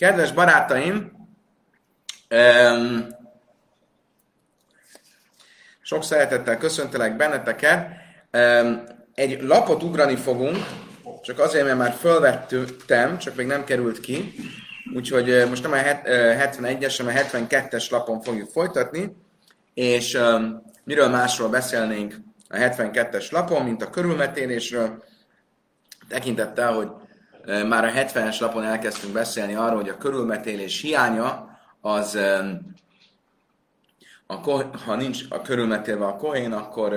Kedves barátaim, sok szeretettel köszöntelek benneteket. Egy lapot ugrani fogunk, csak azért, mert már fölvettem, csak még nem került ki. Úgyhogy most nem a 71-es, hanem a 72-es lapon fogjuk folytatni. És miről másról beszélnénk a 72-es lapon, mint a körülmetélésről. Tekintettel, hogy már a 70-es lapon elkezdtünk beszélni arról, hogy a körülmetélés hiánya az, ha nincs a körülmetélve a kohén, akkor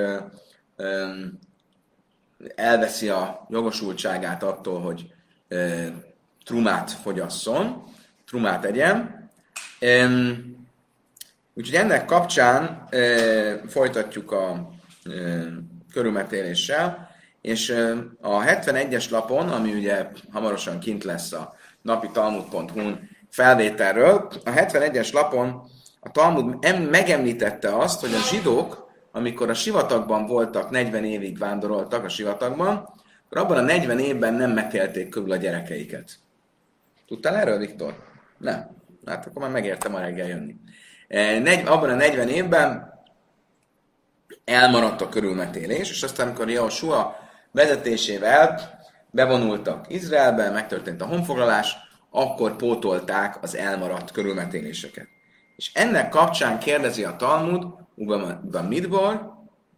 elveszi a jogosultságát attól, hogy trumát fogyasszon, trumát egyen. Úgyhogy ennek kapcsán folytatjuk a körülmetéléssel, és a 71-es lapon, ami ugye hamarosan kint lesz a napi talmud.hu-n felvételről, a 71-es lapon a Talmud megemlítette azt, hogy a zsidók, amikor a sivatagban voltak, 40 évig vándoroltak a sivatagban, akkor abban a 40 évben nem metélték körül a gyerekeiket. Tudtál erről, Viktor? Nem. Hát akkor már megértem a reggel jönni. Abban a 40 évben elmaradt a körülmetélés, és aztán, amikor Jehosua vezetésével bevonultak Izraelbe, megtörtént a honfoglalás, akkor pótolták az elmaradt körülmetéléseket. És ennek kapcsán kérdezi a Talmud, Uba Midbar,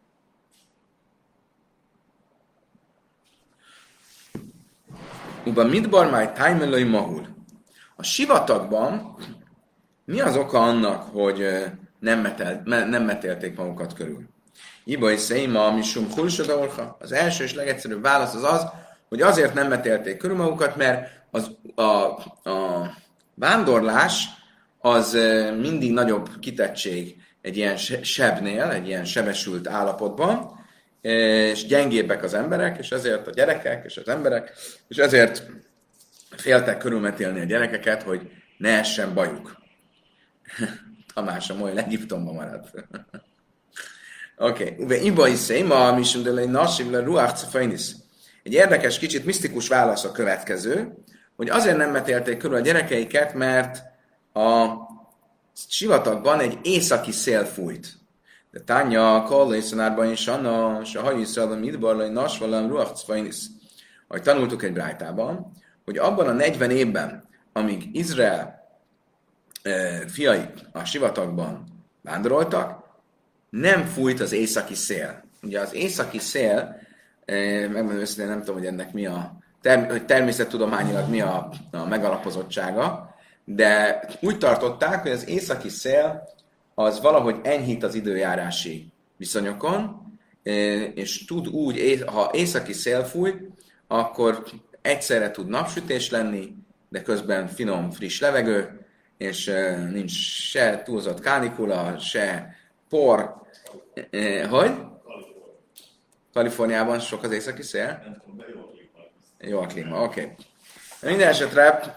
Uba Midbar máj tájmelői mahul. A sivatagban mi az oka annak, hogy nem metélték magukat körül? Iba és Szeima, Misum Hulsodorha. Az első és legegyszerűbb válasz az, hogy azért nem metélték körül magukat, mert a vándorlás az mindig nagyobb kitettség egy ilyen sebnél, egy ilyen sebesült állapotban, és gyengébbek az emberek, és ezért a gyerekek és az emberek, és ezért féltek körülmetélni a gyerekeket, hogy ne essen bajuk. Tamás a Moly Egyiptomban maradt. Oké. Iba is széma, misum de lej nasim le ruach cefainis. Egy érdekes, kicsit misztikus válasz a következő, hogy azért nem metélték körül a gyerekeiket, mert a sivatagban egy északi szél fújt. De Tánya, Kallai szanárban is anna, s a hajűszalva midbarlai nasvalam ruach cefainis. Ahogy tanultuk egy brájtában, hogy abban a 40 évben, amíg Izrael fiai a sivatagban vándoroltak, nem fújt az északi szél. Ugye az északi szél, megmondom őszintén, nem tudom, hogy ennek mi hogy természettudományilag mi a megalapozottsága, de úgy tartották, hogy az északi szél az valahogy enyhít az időjárási viszonyokon, és tud úgy, ha északi szél fúj, akkor egyszerre tud napsütés lenni, de közben finom, friss levegő, és nincs se túlzott kánikula, se por. Hogy? Kaliforniában sok az északi szél? Jó a klíma, oké. Minden esetre,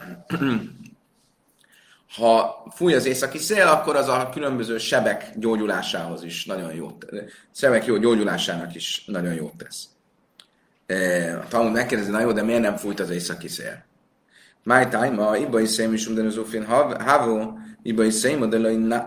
ha fúj az északi szél, akkor az a különböző sebek gyógyulásához is nagyon jót tesz. Sebek jó gyógyulásának is nagyon jót tesz. A Talmud megkérdezi, na jó, de miért nem fújt az északi szél? My time, a ibai szém is minden zófin havó, ibai szém, de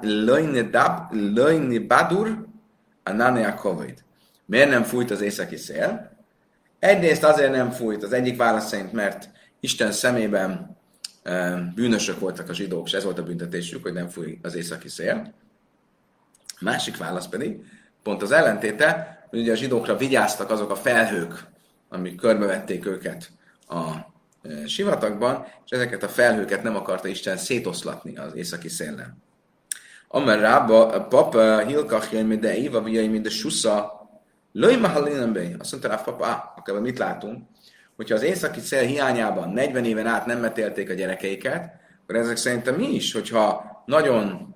lojni badur, a nánea covid. Miért nem fújt az északi szél? Egyrészt azért nem fújt, az egyik válasz szerint, mert Isten szemében bűnösök voltak a zsidók, és ez volt a büntetésük, hogy nem fúj az északi szél. A másik válasz pedig, pont az ellentéte, hogy ugye a zsidókra vigyáztak azok a felhők, amik körbevették őket a sivatagban, és ezeket a felhőket nem akarta Isten szétoszlatni az északi széllel. Amer rába, papa hilkachjai, mint de éva, viai, mint de susza, löj mahalinembé. Azt mondta rá, papa, akkor mit látunk? Hogyha az északi szél hiányában 40 éven át nem metélték a gyerekeiket, akkor ezek szerintem mi is, hogyha nagyon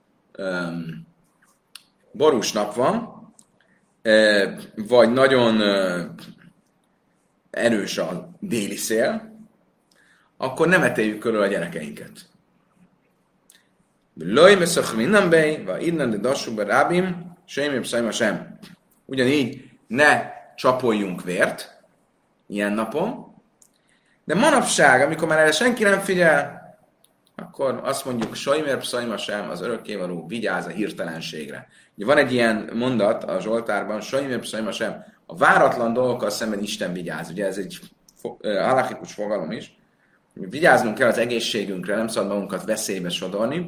borús nap van, vagy nagyon erős a déli szél, akkor nem eteljük körül a gyerekeinket. Löj meszach minnambej, va innen de dassúba rábim, sejmém szajma sem. Ugyanígy ne csapoljunk vért ilyen napon, de manapság, amikor már erre senki nem figyel, akkor azt mondjuk, Sajmer Pszajma sem, az örökkévaló vigyáz a hirtelenségre. Ugye van egy ilyen mondat a Zsoltárban, Sajmer Pszajma sem, a váratlan dolgokkal szemben Isten vigyáz. Ugye ez egy halachikus fogalom is. Vigyáznunk kell az egészségünkre, nem szabad magunkat veszélybe sodorni,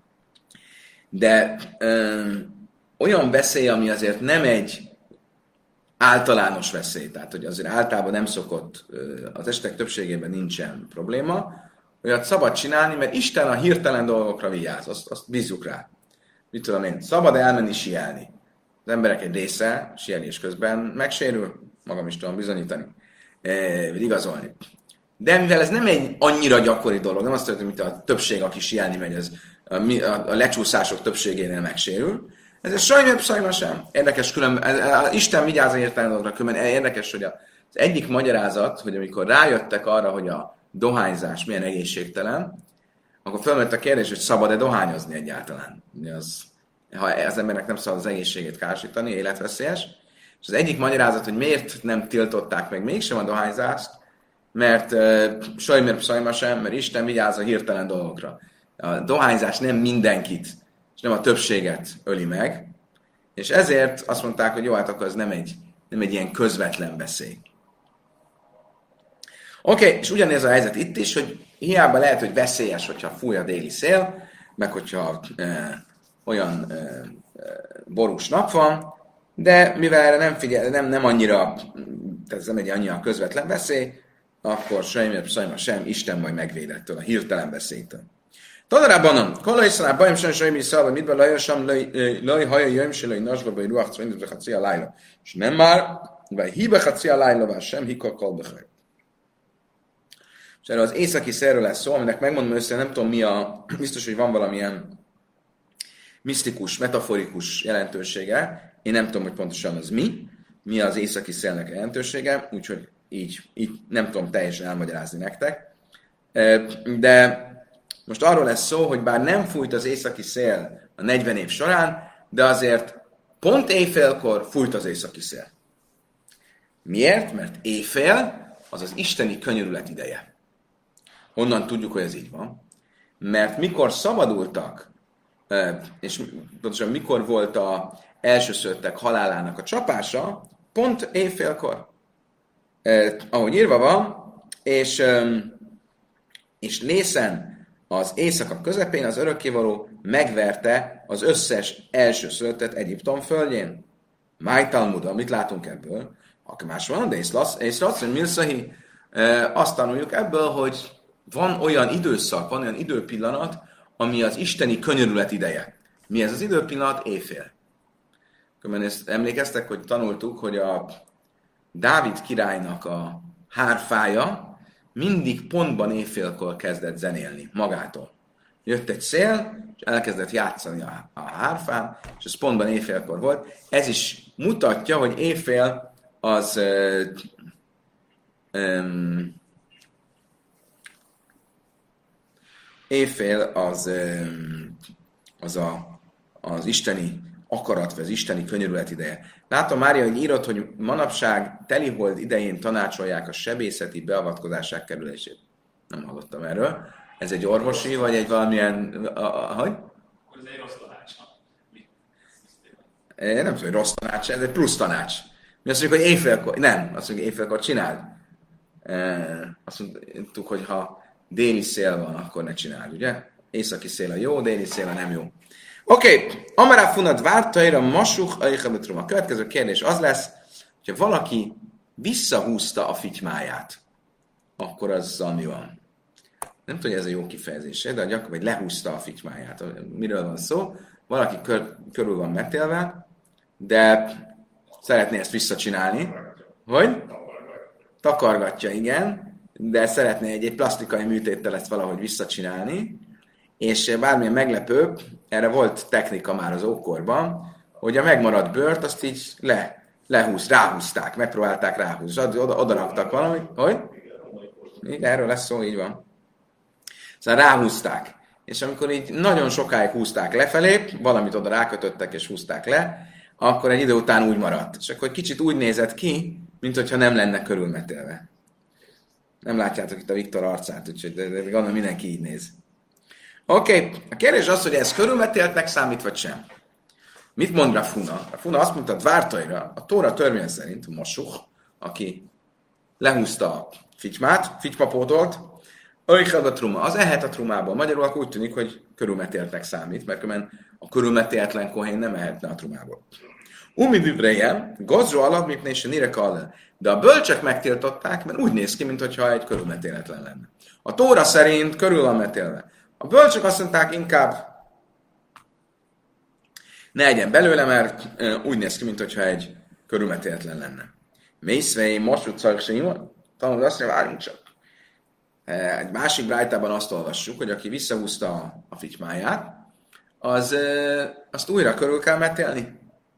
de olyan veszély, ami azért nem egy általános veszély, tehát hogy azért általában nem szokott, az esetek többségében nincsen probléma, olyat szabad csinálni, mert Isten a hirtelen dolgokra vigyáz, azt bízzuk rá. Mit tudom én, szabad elmenni sielni. Az emberek egy része sielés közben megsérül, magam is tudom bizonyítani, vagy igazolni. De mivel ez nem egy annyira gyakori dolog, nem azt történik, mint a többség, aki sielni megy, ez a lecsúszások többségénél megsérül, ez sajnos sem. Érdekes különben, Isten vigyáz a hirtelen dologra, különben érdekes, hogy az egyik magyarázat, hogy amikor rájöttek arra, hogy a dohányzás milyen egészségtelen, akkor felmerült a kérdés, hogy szabad-e dohányozni egyáltalán. Ha az embernek nem szabad az egészségét károsítani, életveszélyes. És az egyik magyarázat, hogy miért nem tiltották meg mégsem a dohányzást, mert sajnos sem, mert Isten vigyáz a hirtelen dolgokra. A dohányzás nem mindenkit, és nem a többséget öli meg, és ezért azt mondták, hogy jó, hát akkor ez nem egy ilyen közvetlen veszély. Oké, és ugyanez a helyzet itt is, hogy hiába lehet, hogy veszélyes, hogyha fúj a déli szél, meg hogyha olyan borús nap van, de mivel erre nem figyel, nem annyira, tehát ez nem egy annyira közvetlen veszély, akkor sem Isten majd megvédettől, a hirtelen veszélytől. Tadarában, Kala Iszalá, bajom sem sajmi szalva, mit be lajosam, laj haja jöjjön, se laj nasba, baj ruach, cvindus, de hacia lájla. És nem már, vagy hibe hacia lájla, vagy sem hika kalbechaj. És erről az északi szélről lesz szó, aminek megmondom össze, nem tudom mi biztos, hogy van valamilyen misztikus, metaforikus jelentősége. Én nem tudom, hogy pontosan az mi az északi szélnek a jelentősége, úgyhogy így nem tudom teljesen elmagyarázni nektek. De most arról lesz szó, hogy bár nem fújt az északi szél a 40 év során, de azért pont éjfélkor fújt az északi szél. Miért? Mert éjfél az az isteni könyörület ideje. Honnan tudjuk, hogy ez így van? Mert mikor szabadultak, és pontosan mikor volt az elsőszülöttek halálának a csapása, pont éjfélkor. Ahogy írva van, és Lészen az éjszaka közepén az örökkévaló megverte az összes elsőszülöttet Egyiptom földjén. Máj Talmuda, mit látunk ebből? Aki más van, de észlatsz, hogy Milszahi, azt tanuljuk ebből, hogy van olyan időszak, van olyan időpillanat, ami az isteni könyörület ideje. Mi ez az időpillanat? Éjfél. Ezt emlékeztek, hogy tanultuk, hogy a Dávid királynak a hárfája mindig pontban éjfélkor kezdett zenélni magától. Jött egy szél, és elkezdett játszani a hárfán, és ez pontban éjfélkor volt. Ez is mutatja, hogy éjfél az az isteni akarat, vagy az isteni könyörület ideje. Látom, Mária, hogy írott, hogy manapság telihold idején tanácsolják a sebészeti beavatkozásák kerülését. Nem hallottam erről. Ez egy orvosi, vagy egy valamilyen... hogy? Ez egy rossz tanács. Nem tudom, hogy rossz tanács, ez egy plusz tanács. Mi azt mondjuk, hogy éjfélkor... Nem, azt mondjuk, éjfélkor csináld. Azt mondtuk, hogy ha déli szél van, akkor ne csináld, ugye? Északi szél a jó, déli szél a nem jó. Oké, Amará funat vártaira masuch aichametrum. A következő kérdés az lesz, hogyha valaki visszahúzta a fitymáját, akkor azzal mi van? Nem tudom, hogy ez a jó kifejezése, de gyakran, vagy lehúzta a fitymáját. Miről van szó? Valaki körül van metélve, de szeretné ezt visszacsinálni. Hogy? Takargatja, igen, de szeretné egy plastikai műtéttel ezt valahogy visszacsinálni, és bármilyen meglepőbb, erre volt technika már az ókorban, hogy a megmaradt bőrt azt így ráhúzták, megpróbálták ráhúzni, oda raktak valamit, hogy? Igen, erről lesz szó, így van. Szóval ráhúzták, és amikor így nagyon sokáig húzták lefelé, valamit oda rákötöttek és húzták le, akkor egy idő után úgy maradt. És akkor kicsit úgy nézett ki, mint hogyha nem lenne körülmetélve. Nem látjátok itt a Viktor arcát, úgyhogy gondolom mindenki így néz. Oké, a kérdés az, hogy ez körülmetéltnek számít, vagy sem. Mit mond Rafuna? Rafuna azt mondta, Dvártajra, a Tóra törvény szerint Mosuch, aki lehúzta a fitymapótolt, Öjjel a truma, az ehet a trumából. Magyarul akkor úgy tűnik, hogy körülmetéltnek számít, mert a körülmetéletlen kohén nem ehetne a trumából. Umidivreje, gazro alatt, mint és nire. De a bölcsek megtiltották, mert úgy néz ki, mintha egy körülmetéletlen lenne. A Tóra szerint körül van metélve. A bölcsök azt mondták, inkább ne egyen belőle, mert úgy néz ki, mintha egy körülmetéletlen lenne. Mészvei, most utcák se jól? Tanulod azt, hogy várjunk csak. Egy másik brájtában azt olvassuk, hogy aki visszahúzta a fitymáját, azt újra körül kell metélni.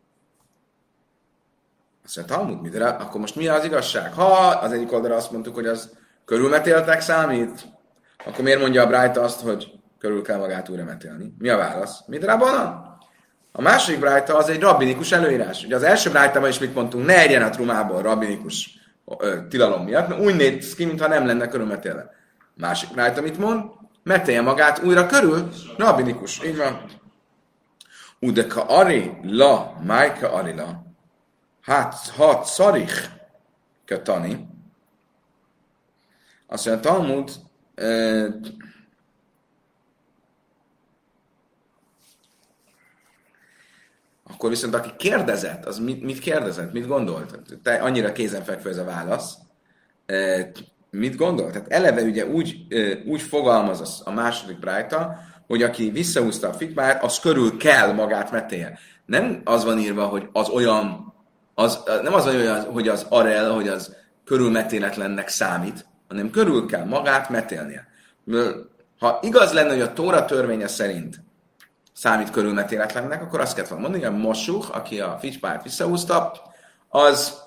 Azt mondja, Talmud, midre? Akkor most mi az igazság? Ha az egyik oldalra azt mondtuk, hogy az körülmetéltek számít, akkor miért mondja a brájta azt, hogy körül kell magát újra metélni? Mi a válasz? Midre banan? A második brájta az egy rabbinikus előírás. Ugye az első brájtában is mit mondtunk, ne egyen a trumából rabbinikus tilalom miatt, mert úgy néz ki, mintha nem lenne körülmetélve. Másik brájta mit mond? Metélje magát újra körül, rabbinikus. Így van. Udeka ari la, májka ari la. Hát szarich kötani. Azt mondja, Talmud akkor viszont aki kérdezett, az mit kérdezett, mit gondolt? Te annyira kézenfekvő ez a válasz. Mit gondolt? Tehát eleve ugye úgy fogalmaz a második brájta, hogy aki visszahúzta a fitymát, az körül kell magát metélje. Nem az van írva, hogy az olyan, nem az van olyan, hogy az arel, hogy az körülmetéletlennek számít, hanem körül kell magát metélnie. Ha igaz lenne, hogy a Tóra törvénye szerint számít körülmetéletlennek, akkor azt kellett volna mondani, hogy a Mosuch, aki a fitymát visszahúzta, az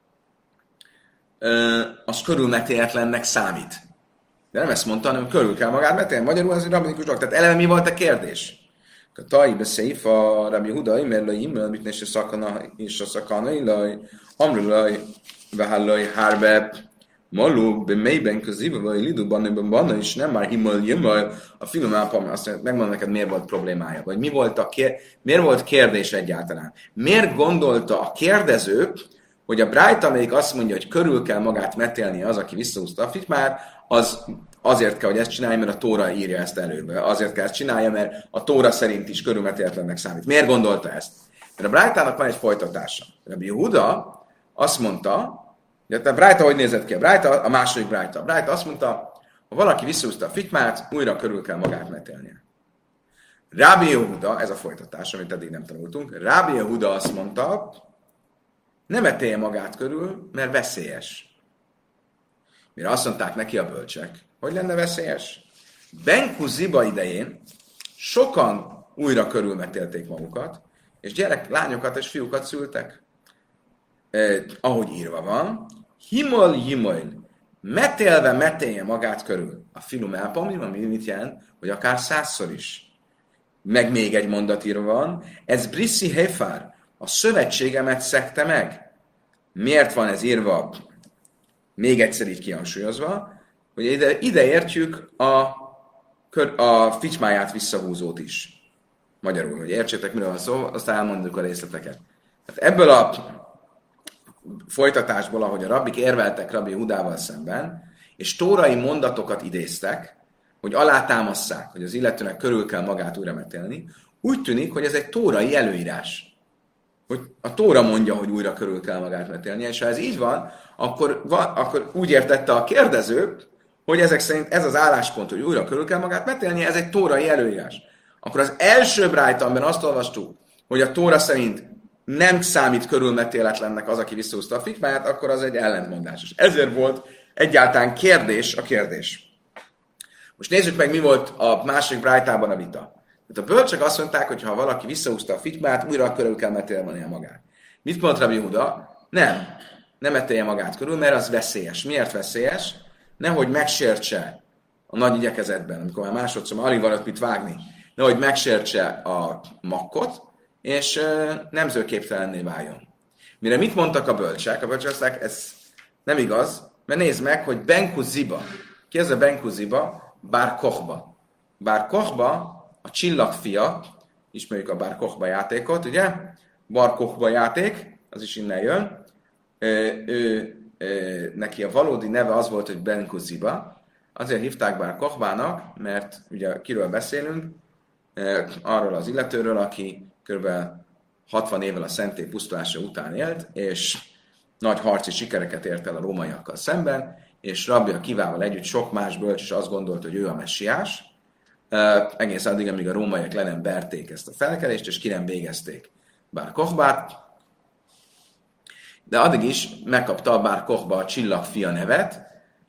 körülmetéletlennek számít. De nem ezt mondta, hanem körül kell magát metélni. Magyarul az egy rabbinikus dolog. Tehát eleve mi volt a kérdés? A Tajbe Széfa, Rabbi Huda, Imerlai, Immel, mit és a szakana, és a szakana, Ilaj, Amrulaj, Vehallaj, Hárbe, Malú, Bemében, Közébe, vagy Lidóban, Banna, és nem már Himmel, Jimmel, a Filomápam, azt mondja, megmondom neked, miért volt problémája, vagy miért volt kérdés egyáltalán. Miért gondolta a kérdező, hogy a brájta, amelyik azt mondja, hogy körül kell magát metélni az, aki visszahúzta a fitymát, az azért kell, hogy ezt csinálja, mert a Tóra írja ezt előbe. Azért kell ezt csinálja, mert a Tóra szerint is körülmetéletlennek számít. Miért gondolta ezt? Mert a brájtának van egy folytatása. Rabbi Yehuda azt mondta, de a brájta hogy nézett ki? A második brájta. A brájta azt mondta, ha valaki visszahúzta a fitymát, újra körül kell magát metélnie. Rabbi Yehuda, ez a folytatás, amit eddig nem tanultunk, Rabbi Yehuda azt mondta, ne metélje magát körül, mert veszélyes. Mire azt mondták neki a bölcsek, hogy lenne veszélyes? Benku Ziba idején sokan újra körülmetélték magukat, és lányokat és fiúkat szültek. Ahogy írva van, himol, metélje magát körül. A filum elpomni, mit jelent? Hogy akár 100-szor is. Meg még egy mondat írva van, ez brissi hefár, a szövetségemet szegte meg. Miért van ez írva? Még egyszer így kihangsúlyozva, hogy ide értjük a fitymáját visszahúzót is. Magyarul, hogy értsétek, miről van szó, aztán elmondjuk a részleteket. Hát ebből a folytatásból, ahogy a rabbik érveltek Rabbi Jehudával szemben, és tórai mondatokat idéztek, hogy alátámasszák, hogy az illetőnek körül kell magát újra metélni, úgy tűnik, hogy ez egy tórai előírás. Hogy a Tóra mondja, hogy újra körül kell magát metélni, és ha ez így van, akkor úgy értette a kérdező, hogy ezek szerint ez az álláspont, hogy újra körül kell magát metélni, ez egy tórai előírás. Akkor az első brájtamban azt olvastuk, hogy a Tóra szerint nem számít körülmetéletlennek az, aki visszahúzta a fitymát, akkor az egy ellentmondás. És ezért volt egyáltalán kérdés a kérdés. Most nézzük meg, mi volt a második brájtában a vita. Tehát a bölcsek azt mondták, hogy ha valaki visszahúzta a fitymát, újra körül kell metélnie magát. Mit mondta Rabbi Yehuda? Nem metélje magát körül, mert az veszélyes. Miért veszélyes? Nehogy megsértse a nagy igyekezetben, amikor már másodszor alig van ott mit vágni, nehogy megsértse a makkot, és nemzőképtelenné váljon. Mire mit mondtak a bölcsek? A bölcsek azt mondták, ez nem igaz, mert nézd meg, hogy Benku Ziba. Ki ez a Benku Ziba? Bar Kochba. Bar Kochba, a csillagfia, ismerjük a Bar Kochba játékot, ugye? Bar Kochba játék, az is innen jön. Neki a valódi neve az volt, hogy Ben Kuziba. Azért hívták Bar Kochbának, mert ugye kiről beszélünk, arról az illetőről, aki kb. 60 évvel a szentély pusztulása után élt, és nagy harci sikereket ért el a rómaiakkal szemben, és Rabbi Akivával együtt sok más bölcs is azt gondolt, hogy ő a messiás, egész addig, amíg a rómaiak le nem verték ezt a felkelést, és ki nem végezték Bar Kochbát, de addig is megkapta a Bar Kochba a csillagfia nevet,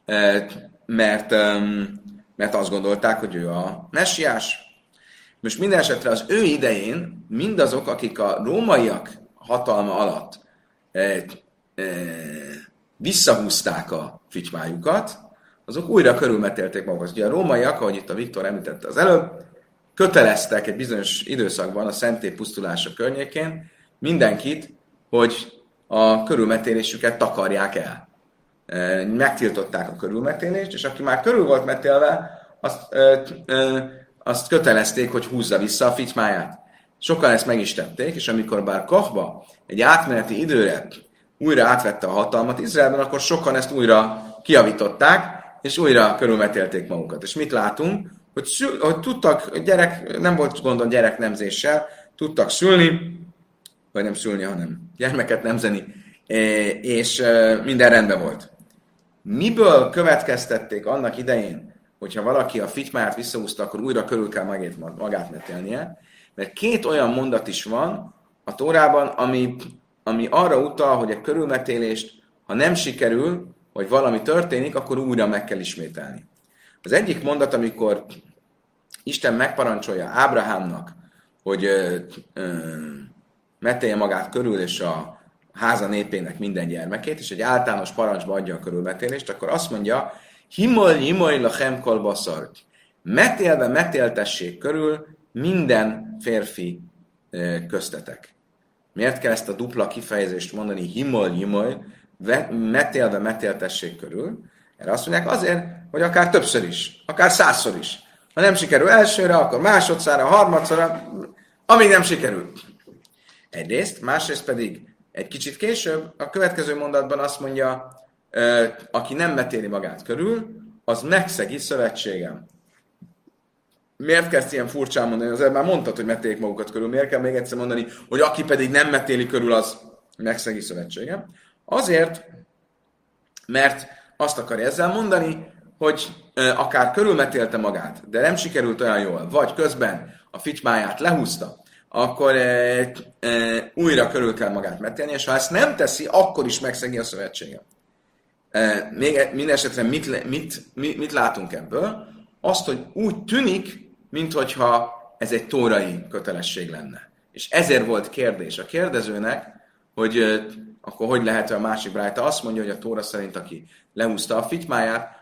mert azt gondolták, hogy ő a messiás. Most minden esetre az ő idején mindazok, akik a rómaiak hatalma alatt visszahúzták a fitymájukat, azok újra körülmetélték magukat. Ugye a rómaiak, ahogy itt a Viktor említette az előbb, köteleztek egy bizonyos időszakban a szentély pusztulása környékén mindenkit, hogy a körülmetélésüket takarják el. Megtiltották a körülmetélést, és aki már körül volt metélve, azt kötelezték, hogy húzza vissza a fitymáját. Sokan ezt meg is tették, és amikor Bar Kochba egy átmeneti időre újra átvette a hatalmat Izraelben, akkor sokan ezt újra kijavították, és újra körülmetélték magukat. És mit látunk? Hogy tudtak, nem volt gond a gyereknemzéssel, tudtak szülni, vagy nem szülni, hanem gyermeket nemzeni, és minden rendben volt. Miből következtették annak idején, hogyha valaki a fitymáját visszahúzta, akkor újra körül kell magát metélnie? Mert két olyan mondat is van a Tórában, ami arra utal, hogy a körülmetélést, ha nem sikerül, vagy valami történik, akkor újra meg kell ismételni. Az egyik mondat, amikor Isten megparancsolja Ábrahámnak, hogy metélje magát körül, és a háza népének minden gyermekét, és egy általános parancsba adja a körülmetélést, akkor azt mondja, himol lachem kol baszar. Metélve metéltessék körül minden férfi köztetek. Miért kell ezt a dupla kifejezést mondani, himol, metélve metéltessék körül? Erre azt mondják azért, hogy akár többször is, akár 100-szor is. Ha nem sikerül elsőre, akkor másodszára, harmadszorra, amíg nem sikerül. Egyrészt, másrészt pedig egy kicsit később, a következő mondatban azt mondja, aki nem metéli magát körül, az megszegi szövetségem. Miért kezd ilyen furcsán mondani? Azért már mondtad, hogy metélik magukat körül. Miért kell még egyszer mondani, hogy aki pedig nem metéli körül, az megszegi szövetségem? Azért, mert azt akarja ezzel mondani, hogy akár körülmetélte magát, de nem sikerült olyan jól, vagy közben a fitymáját lehúzta, akkor újra körül kell magát metélni, és ha ezt nem teszi, akkor is megszegi a szövetségem. Még minden esetre mit látunk ebből? Azt, hogy úgy tűnik, minthogyha ez egy tórai kötelesség lenne. És ezért volt kérdés a kérdezőnek, hogy akkor hogy lehet, hogy a másik brájta azt mondja, hogy a tóra szerint, aki lehúzta a fitymáját,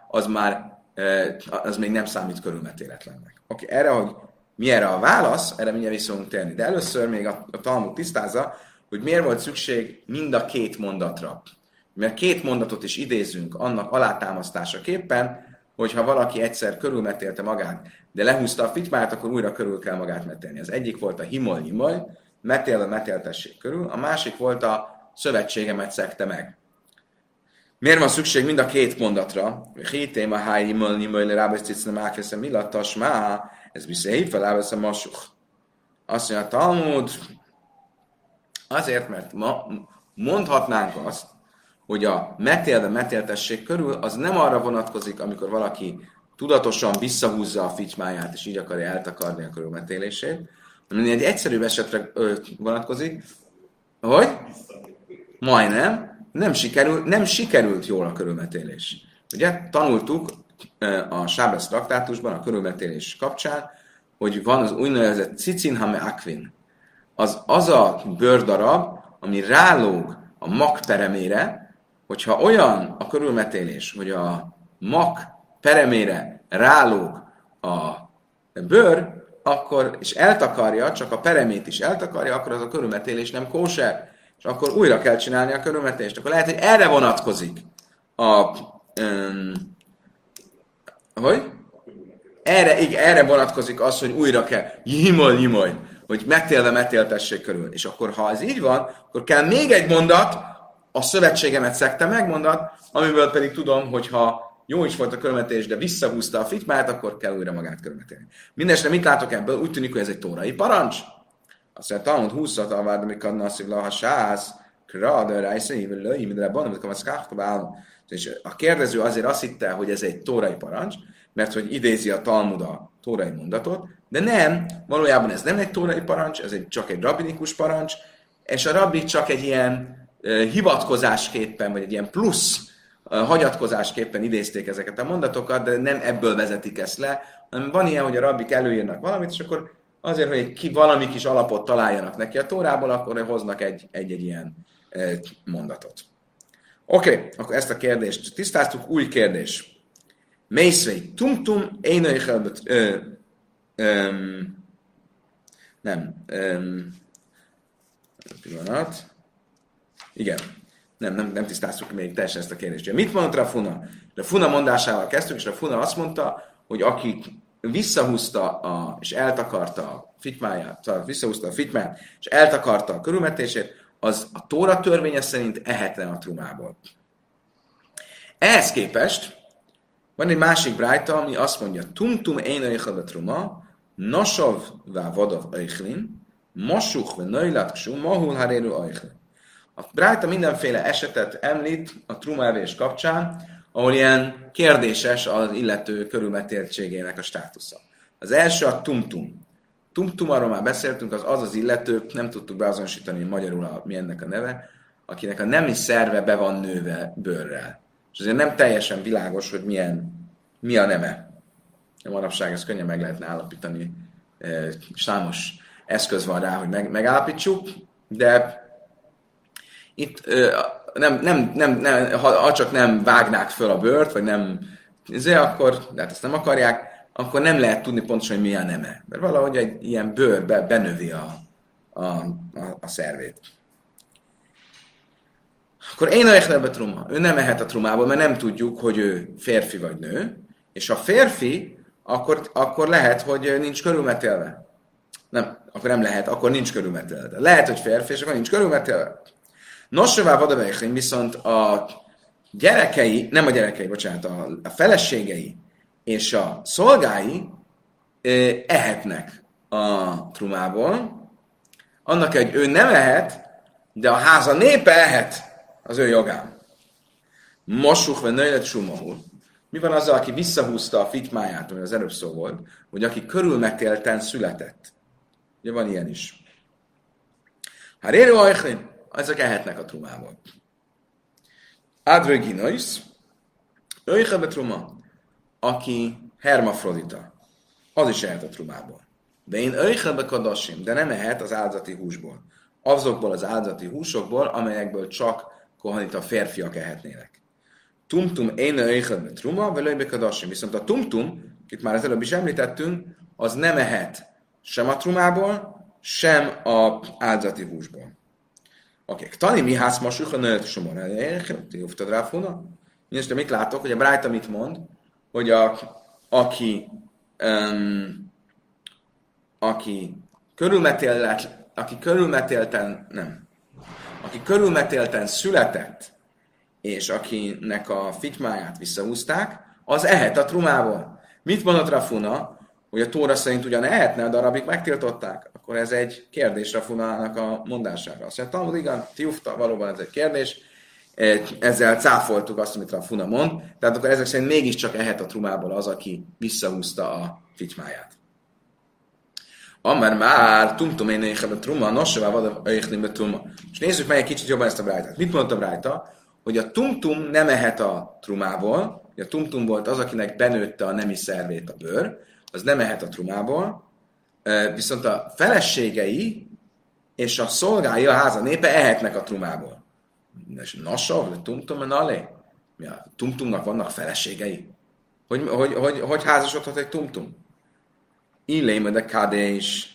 az még nem számít körülmetéletlennek. Oké, erre, hogy mi erre a válasz, erre mindjárt vissza fogunk térni. De először még a Talmud tisztázza, hogy miért volt szükség mind a két mondatra. Mert két mondatot is idézünk annak alátámasztásaképpen, hogyha valaki egyszer körülmetélte magát, de lehúzta a fitymáját, akkor újra körül kell magát metélni. Az egyik volt a himol, metélve metéltessék körül, a másik volt a szövetségemet szegte meg. Miért van szükség mind a két mondatra? Hitém a háj himol, rábeszticnem ákveszem milattas, ez visszahív fel, ábeszem masuch. Azt mondja a Talmud, azért, mert ma mondhatnánk azt, hogy a metélve metéltesség körül az nem arra vonatkozik, amikor valaki tudatosan visszahúzza a fitymáját, és így akarja eltakarni a körülmetélését, hanem egy egyszerűbb esetre vonatkozik, hogy majdnem nem sikerült jól a körülmetélés. Ugye tanultuk a Sábesz traktátusban, a körülmetélés kapcsán, hogy van az úgynevezett cicin hame akvin. Az a bőrdarab, ami rálóg a mak peremére, hogyha olyan a körülmetélés, hogy a mak peremére rálóg a bőr, akkor, és eltakarja, csak a peremét is eltakarja, akkor az a körülmetélés nem kóser, és akkor újra kell csinálni a körülmetélést. Akkor lehet, hogy erre vonatkozik hogy? erre vonatkozik az, hogy újra kell jimolj, hogy metéltessék körül. És akkor, ha ez így van, akkor kell még egy mondat, a szövetségemet szegte meg mondat, amiből pedig tudom, hogy ha jó is volt a körülmetés, de visszahúzta a fitmát, akkor kell újra magát körülmetélni. Mindenesetre mit látok ebből? Úgy tűnik, hogy ez egy tórai parancs. Azt mondja, Talmud 20 a várd, amikor nasszív laha sász, krada, rájszai, lői, midre ban, amikor az káhtabál. És a kérdező azért azt hitte, hogy ez egy tórai parancs, mert hogy idézi a Talmud a tórai mondatot, de nem, valójában ez nem egy tórai parancs, ez csak egy rabbinikus parancs, és a rabbi csak egy ilyen hivatkozásképpen, vagy egy ilyen plusz hagyatkozásképpen idézték ezeket a mondatokat, de nem ebből vezetik ezt le, hanem van ilyen, hogy a rabbik előírnak valamit, és akkor azért, hogy valami kis alapot találjanak neki a Tórából, akkor hoznak egy ilyen mondatot. Oké, akkor ezt a kérdést tisztáztuk. Új kérdés. Mészvei, tumtum, énőjhelbet, pillanat. Igen. Nem tisztáztuk még teljesen ezt a kérdést. Mit mondott Rafuna? Rafuna mondásával kezdtük, és Rafuna azt mondta, hogy aki visszahúzta és eltakarta a fitmáját, és eltakarta a körülmetését, az a Tóra törvénye szerint ehetne a trumából. Ehhez képest van egy másik brájta, ami azt mondja, tumtum én öjchad a truma, nasov vá vadav öjchlin, masuch ve nöjlat ksú, mahul haréru öjchlin. A brájta mindenféle esetet említ a trumávés kapcsán, ahol ilyen kérdéses az illető körülmetéltségének a státusza. Az első a tumtum. Tumtum, arról már beszéltünk, az illető, nem tudtuk beazonosítani magyarul, mi ennek a neve, akinek a nemi szerve be van nőve bőrrel. És azért nem teljesen világos, hogy mi a neme. Manapság ezt könnyen meg lehetne állapítani, számos eszköz van rá, hogy megállapítsuk, de itt ha csak nem vágnák föl a bőrt, vagy nem, akkor, de hát ezt nem akarják, akkor nem lehet tudni pontosan, hogy mi a neme. Mert valahogy egy ilyen bőr benövi a szervét. Akkor én a truma. Ő nem ehet a trumából, mert nem tudjuk, hogy ő férfi vagy nő. És ha férfi, akkor lehet, hogy nincs körülmetélve. Nem, akkor nem lehet, akkor nincs körülmetélve. Lehet, hogy férfi, és akkor nincs körülmetélve. Nosová vadavejchen viszont a feleségei és a szolgái ehetnek a trumából. Annak, hogy ő nem ehet, de a háza népe ehet az ő jogán. Mosuk ve nöjlet sumahul. Mi van azzal, aki visszahúzta a fitmáját, ami az előbb szó volt, hogy aki körülmetélten született. Ugye van ilyen is. Haréru ajchlin, ezek ehetnek a trumából. Adveginois, öjchebe truma, aki hermafrodita, az is ehet a trumából. De én öjchebe kadasim, de nem ehet az áldozati húsból. Azokból az áldozati húsokból, amelyekből csak kohanita férfiak ehetnének. Tumtum én öjchebe truma, velőjbe kadasim. Viszont a tumtum, itt már az előbb is említettünk, az nem ehet sem a trumából, sem az áldozati húsból. Oké, tani mi ház masuch a nőt somor elérhet, jóftad rá funa. Mindenesetre mit látok, hogy a Brájta mit mond, hogy aki körülmetélten született, és akinek a fitmáját visszahúzták, az ehet a trumából. Mit mondott Rafuna? Hogy a Tóra szerint ugyan ehetne, de a rabik megtiltották, akkor ez egy kérdés Rafunának a mondására. Azt mondja, Talmud, igen, tiufta, valóban ez egy kérdés, ezzel cáfoltuk azt, amit Rafuna mond, tehát akkor ezek szerint mégiscsak ehet a trumából az, aki visszahúzta a fitmáját. Amár már tumtum én a truma, nossavá vada öjchlimbe truma. És nézzük meg egy kicsit jobban ezt a brájtát. Mit mondott a brájta? Hogy a tumtum nem ehet a trumából, a tumtum volt az, akinek benőtte a nemi szervét a bőr, az nem ehet a trumából, viszont a feleségei és a szolgái, a háza népe ehetnek a trumából. És nassav, tumtum, nalé? A tumtumnak vannak feleségei? Hogy házasodhat egy tumtum? Illém, de kádés,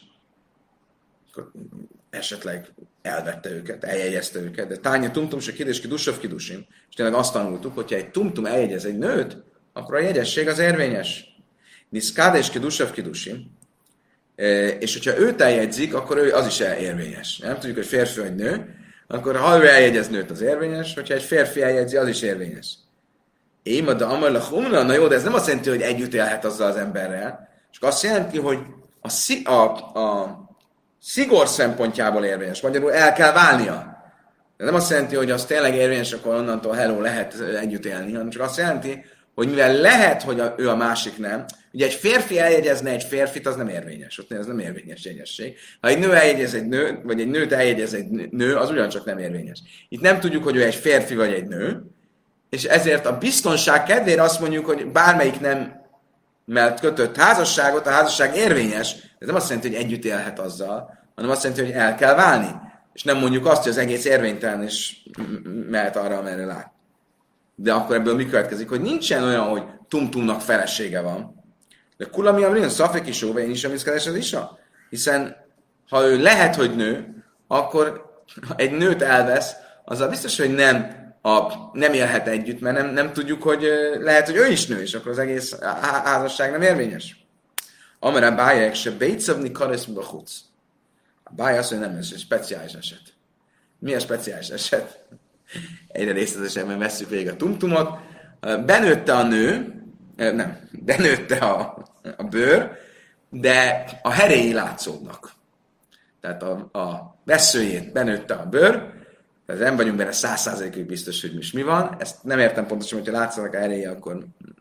esetleg elvette őket, eljegyezte őket, de tánya tumtum se kidés kidusav kidusim. És tényleg azt tanultuk, hogyha egy tumtum eljegyez egy nőt, akkor a jegyesség az érvényes. Niszkáda és kidusav kidusi. És hogyha őt eljegyzik, akkor az is érvényes. Nem tudjuk, hogy férfi vagy nő, akkor ha ő eljegyez nőt, az érvényes, hogyha egy férfi eljegyzi, az is érvényes. Éma, de amarlach umla, na jó, de ez nem azt jelenti, hogy együtt élhet azzal az emberrel, és azt jelenti, hogy a szigor szempontjából érvényes, magyarul el kell válnia. De nem azt jelenti, hogy az tényleg érvényes, akkor onnantól hello lehet együtt élni, hanem csak azt jelenti, hogy mivel lehet, hogy ő a másik nem, ugye egy férfi eljegyezne egy férfit, az nem érvényes, ott ez nem érvényes jegyesség. Ha egy nő eljegyez egy nő, vagy egy nőt eljegyez egy nő, az ugyancsak nem érvényes. Itt nem tudjuk, hogy ő egy férfi vagy egy nő, és ezért a biztonság kedvére azt mondjuk, hogy bármelyik nem mert kötött házasságot, a házasság érvényes, ez nem azt jelenti, hogy együtt élhet azzal, hanem azt jelenti, hogy el kell válni. És nem mondjuk azt, hogy az egész érvénytelen, és mehet arra, amerre lát. De akkor ebből mi következik, hogy nincsen olyan, hogy tumtumnak felesége van. De kulami amrin, szafek is óve, én is amiszkedes az isa. Hiszen ha ő lehet, hogy nő, akkor ha egy nőt elvesz, azzal biztos, hogy nem élhet együtt, mert nem tudjuk, hogy lehet, hogy ő is nő, és akkor az egész házasság nem érvényes. Amire báják se bécavni kareszmba chuc. A bája azt mondja, nem, ez egy speciális eset. Mi a speciális eset? Egyre részletesebben vesszük végig a tumtumot. Benőtte a nő, benőtte a bőr, de a heréi látszódnak. Tehát a veszőjét benőtte a bőr, tehát nem vagyunk benne 100%-ig biztos, hogy mi van. Ezt nem értem pontosan, hogyha látszanak a heréi, akkor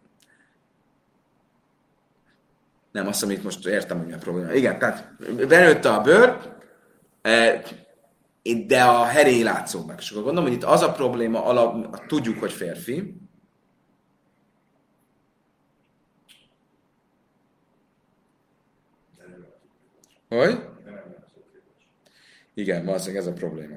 nem azt, amit most értem, hogy mi a probléma. Igen, tehát benőtte a bőr, de a heréi látszódnak. És akkor gondolom, hogy itt az a probléma, tudjuk, hogy férfi. Hogy? Igen, valószínűleg ez a probléma.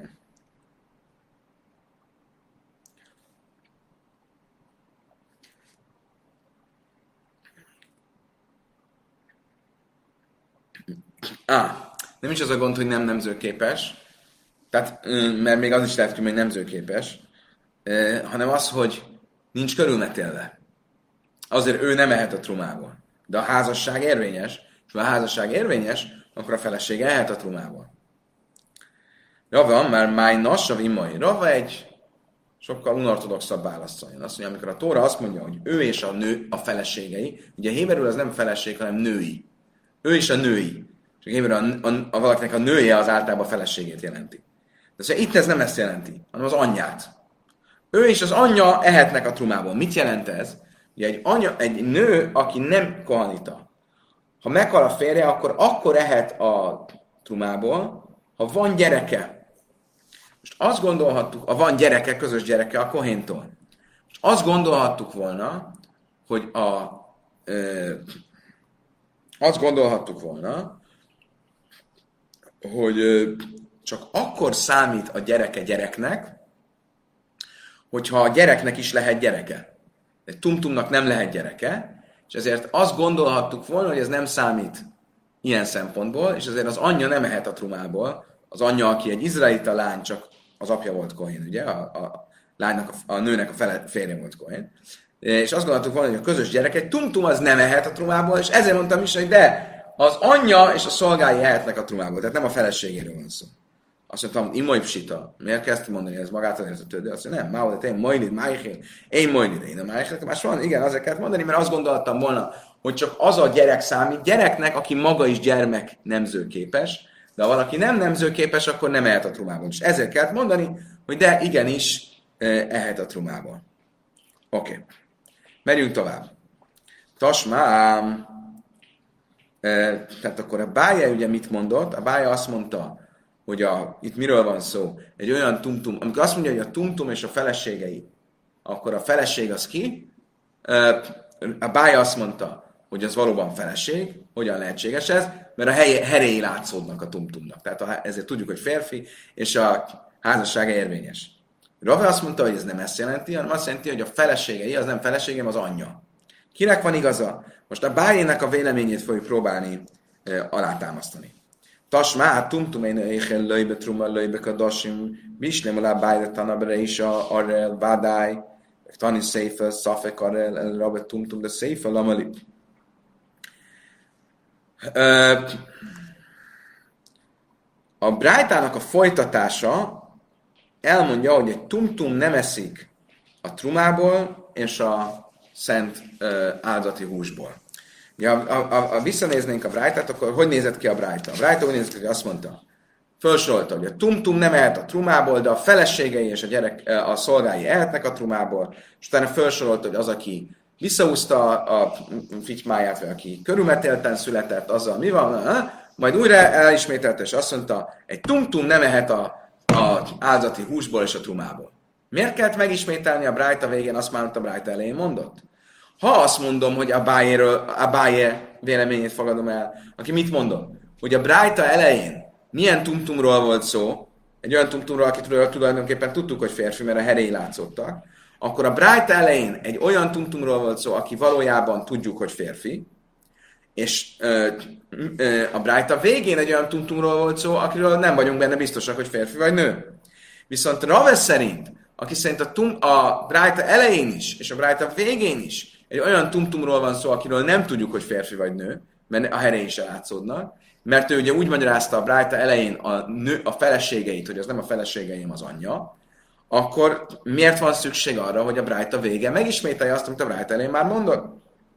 Nem is az a gond, hogy nem nemzőképes, tehát, mert még az is lehet, hogy még nemzőképes, hanem az, hogy nincs körülmetélve. Azért ő nem ehet a trumából. De a házasság érvényes, és ha a házasság érvényes, akkor a felesége ehet a trumából. Rava, már máj nassav imai. Rava egy sokkal unortodoxabb válaszoljon. Azt mondja, amikor a Tóra azt mondja, hogy ő és a nő a feleségei, ugye héberül az nem feleség, hanem női. Ő és a női. Csak héberül valakinek a nője az általában a feleségét jelenti. De szóval itt ez nem ezt jelenti, hanem az anyját. Ő és az anyja ehetnek a trumából. Mit jelent ez? Ugye egy nő, aki nem kohanita, ha meghal a férje, akkor ehet a trumából, ha van gyereke. Most azt gondolhattuk, ha van gyereke, közös gyereke a kohéntól. Most azt gondolhattuk volna, hogy csak akkor számít a gyereke gyereknek, hogyha a gyereknek is lehet gyereke. Egy tumtumnak nem lehet gyereke, és ezért azt gondolhattuk volna, hogy ez nem számít ilyen szempontból, és ezért az anyja nem ehet a trumából. Az anyja, aki egy izraelita lány, csak az apja volt kohén, ugye? A lánynak, a nőnek a férje volt kohén. És azt gondoltuk volna, hogy a közös gyerek, egy tumtum az nem ehet a trumából, és ezért mondtam is, hogy de az anyja és a szolgái ehetnek a trumából, tehát nem a feleségéről van szó. Azt mondtam, imaj psita. Miért kezdtem mondani, ez magától értetődő? Azt mondja, nem, máodat, én majlid, májhél, én majlid, én a májhél. Más van, igen, azért kellett mondani, mert azt gondoltam volna, hogy csak az a gyerek számít, gyereknek, aki maga is gyermek nemzőképes, de ha valaki nem nemzőképes, akkor nem ehet a trumából. És ezért kellett mondani, hogy de igenis ehet a trumából. Oké. Merjünk tovább. Tasmám. Tehát akkor a bája ugye mit mondott? A bája azt mondta, hogy itt miről van szó? Egy olyan tumtum, amikor azt mondja, hogy a tumtum és a feleségei, akkor a feleség az ki? A bája azt mondta, hogy az valóban feleség. Hogyan lehetséges ez? Mert a heréi látszódnak a tumtumnak. Tehát ezért tudjuk, hogy férfi, és a házassága érvényes. Rave azt mondta, hogy ez nem ezt jelenti, hanem azt jelenti, hogy a feleségei, az nem feleségem, az anyja. Kinek van igaza? Most a bájének a véleményét fogjuk próbálni alátámasztani. Tasmá, tumtumén éjjel löjbe truma löjbe kadasim, bislem alá bájra tanabere is arrel vádály, tani széfel, szafek arrel, rabbe tumtum, de széfel amali. Ö, A brájtának a folytatása elmondja, hogy egy tumtum nem eszik a trumából és a szent áldati húsból. Ha visszanéznénk a brájtát, akkor hogy nézett ki a brájta? A brájta úgy nézett ki, hogy azt mondta, felsorolta, hogy a tumtum nem ehet a trumából, de a feleségei és a szolgái ehetnek a trumából, és utána felsorolta, hogy az, aki visszaúzta a fitymáját, vagy aki körülmetélten született, azzal mi van, majd újra elismételte, és azt mondta, egy tumtum nem ehet az áldati húsból és a trumából. Miért kellett megismételni a brájta végén azt már, amit a brájta elején mondott? Ha azt mondom, hogy Abáje véleményét fogadom el, aki mit mondott? Hogy a brájta elején milyen tumtumról volt szó, egy olyan tumtumról, akitről tulajdonképpen tudtuk, hogy férfi, mert a heréi látszottak, akkor a brájta elején egy olyan tumtumról volt szó, aki valójában tudjuk, hogy férfi, és a brájta végén egy olyan tumtumról volt szó, akiről nem vagyunk benne biztosak, hogy férfi vagy nő. Viszont Rave szerint, aki szerint a brájta elején is, és a brájta végén is egy olyan tumtumról van szó, akiről nem tudjuk, hogy férfi vagy nő, mert a herén is látszódnak, mert ő ugye úgy magyarázta a brájta elején a feleségeit, hogy az nem a feleségeim, az anyja, akkor miért van szükség arra, hogy a brájta vége megismételje azt, amit a brájta elején már mondott?